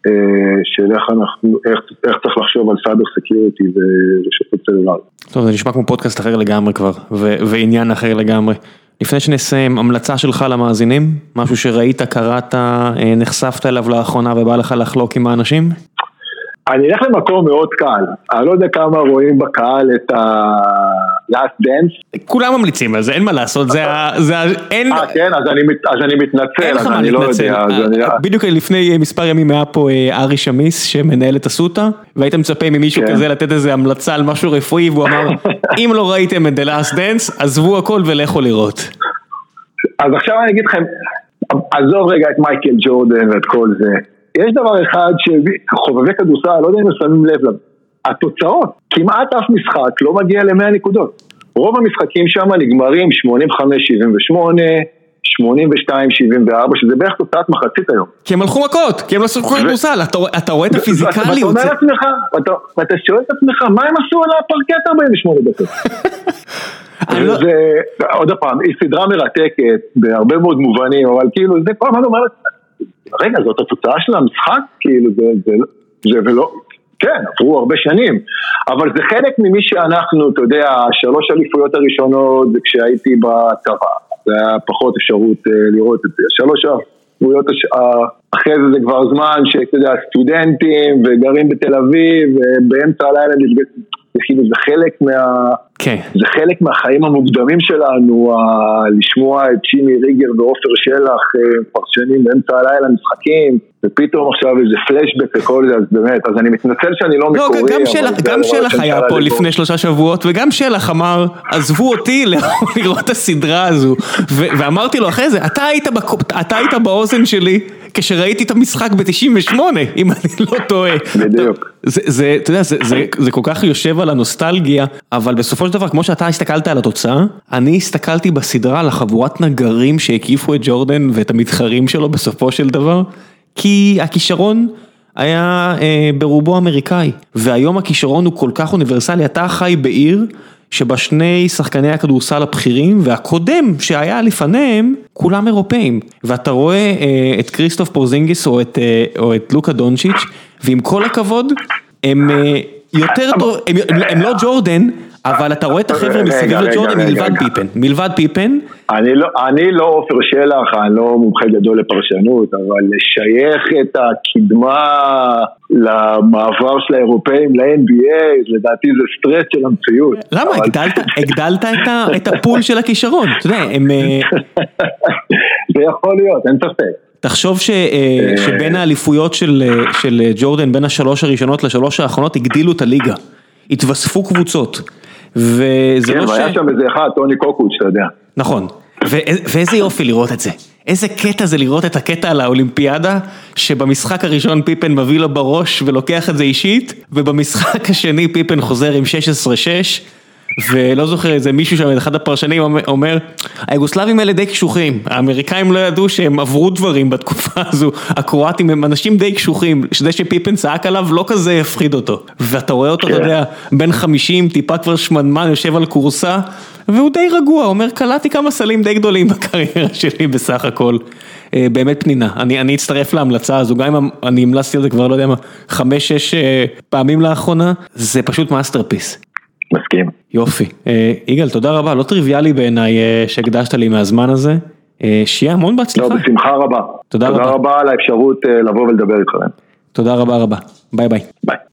של איך צריך לחשוב על סייבר סקיוריטי ורשתות סלולריות. טוב, זה נשמע כמו פודקאסט אחר לגמרי כבר, ועניין אחר לגמרי. לפני שנסיים, המלצה שלך למאזינים? משהו שראית, קראת, נחשפת אליו לאחרונה ובא לך לחלוק עם האנשים? אני אלך למקום מאוד קל, אני לא יודע כמה רואים בקהל את ה-Last Dance. כולם ממליצים על זה, אין מה לעשות, כן, אז אני מתנצל, אז אני לא יודע. בדיוק לפני מספר ימים היה פה ארי שמיס שמנהל את הסוטה, והיית מצפה ממישהו כזה לתת איזה המלצה על משהו רפואי, והוא אמר, אם לא ראיתם את The Last Dance, עזבו הכל ולכו לראות. אז עכשיו אני אגיד לכם, עזוב רגע את מייקל ג'ורדן ואת כל זה, יש דבר אחד שחובבי כדורסל, לא יודע אם שמים לב לב, התוצאות, כמעט אף משחק לא מגיע ל100 נקודות. רוב המשחקים שם נגמרים 85-78, 82-74, שזה בערך תוצאת מחצית היום. כי הם הלכו מכות, כי הם לא שחקו כדורסל, אתה רואה את הפיזיקליות. ואתה שואל את עצמך, מה הם עשו על הפרקט 48 דקות? עוד פעם, היא סדרה מרתקת, בהרבה מאוד מובנים, אבל כאילו זה כל הזמן אומרת, רגע, זאת התוצאה של המשחק, כאילו זה ולא, כן, עברו הרבה שנים, אבל זה חלק ממי שאנחנו, אתה יודע, 3 אליפויות הראשונות, זה כשהייתי בצבא, זה היה פחות אפשרות לראות את זה, 3 אליפויות אחרי זה כבר זמן, שאתה יודע, סטודנטים וגרים בתל אביב, ובאמצע הלילה נפגשים, זה חלק זה חלק מהחיים המוקדמים שלנו, לשמוע את שימי ריגר ואופר שלח פרשנים באמצע הלילה משחקים, ופתאום עכשיו איזה פלשבק וכל זה, אז באמת, אז אני מתנצל שאני לא מקורי. גם שלח היה פה לפני 3 שבועות, וגם שלח אמר, עזבו אותי לראות את הסדרה הזו, ואמרתי לו אחרי זה, אתה היית באוזן שלי, כשראיתי את המשחק ב-98, אם אני לא טועה. בדיוק. אתה יודע, זה כל כך יושב על הנוסטלגיה, אבל בסופו של דבר, כמו שאתה הסתכלת על התוצאה, אני הסתכלתי בסדרה על החבורת נגרים שהקיפו את ג'ורדן ואת המתחרים שלו בסופו של דבר, כי הכישרון היה ברובו אמריקאי, והיום הכישרון הוא כל כך אוניברסלי, אתה חי בעיר, שבה 2 שחקני הכדורסל הבכירים, והקודם שהיה לפניהם, כולם אירופאים. ואתה רואה את קריסטוף פורזינגיס או את לוקה דונצ'יץ', ועם כל הכבוד, הם יותר טוב, הם לא ג'ורדן, אבל אתה רואה את החבר'ה מסביב לג'ורדן מלבד פיפן. אני לא עופר שלח, אני לא מומחה גדול לפרשנות, אבל לשייך את הקדמה למעבר של האירופאים ל-NBA, לדעתי זה סטרס של המציאות. למה? הגדלת את הפול של הכישרון. אתה יודע, זה יכול להיות, אין ספק. תחשוב שבין האליפויות של ג'ורדן, בין 3 הראשונות ל3 האחרונות, הגדילו את הליגה. התווספו קבוצות. כן, והיה שם איזה אחד, טוני קוקוץ', אתה יודע. נכון. ואיזה יופי לראות את זה. איזה קטע זה לראות את הקטע על האולימפיאדה, שבמשחק הראשון פיפן מביא לו בראש ולוקח את זה אישית, ובמשחק השני פיפן חוזר עם 16-6, ולא זוכר איזה מישהו שם, אחד הפרשנים אומר, היוגוסלבים האלה די קשוחים, האמריקאים לא ידעו שהם עברו דברים בתקופה הזו, הקרואטים הם אנשים די קשוחים, שזה שפיפן צעק עליו לא כזה יפחיד אותו, ואתה רואה אותו, אתה יודע, בן 50, טיפה כבר שמנמן, יושב על קורסה, והוא די רגוע, אומר, קלעתי כמה סלים די גדולים בקריירה שלי בסך הכל, באמת פנינה, אני אצטרף להמלצה הזו, גם אם אני המלצתי על זה כבר, לא יודע מה, 5-6 פעמים לאחרונה, זה פשוט מאסטרפיס. מסכים. יופי. יגאל, תודה רבה, לא טריוויאלי בעיניי שהקדשת לי מהזמן הזה, שיהיה המון בהצלחה. לא, בשמחה רבה. תודה רבה על האפשרות לבוא ולדבר איתכם. תודה רבה. ביי ביי. ביי.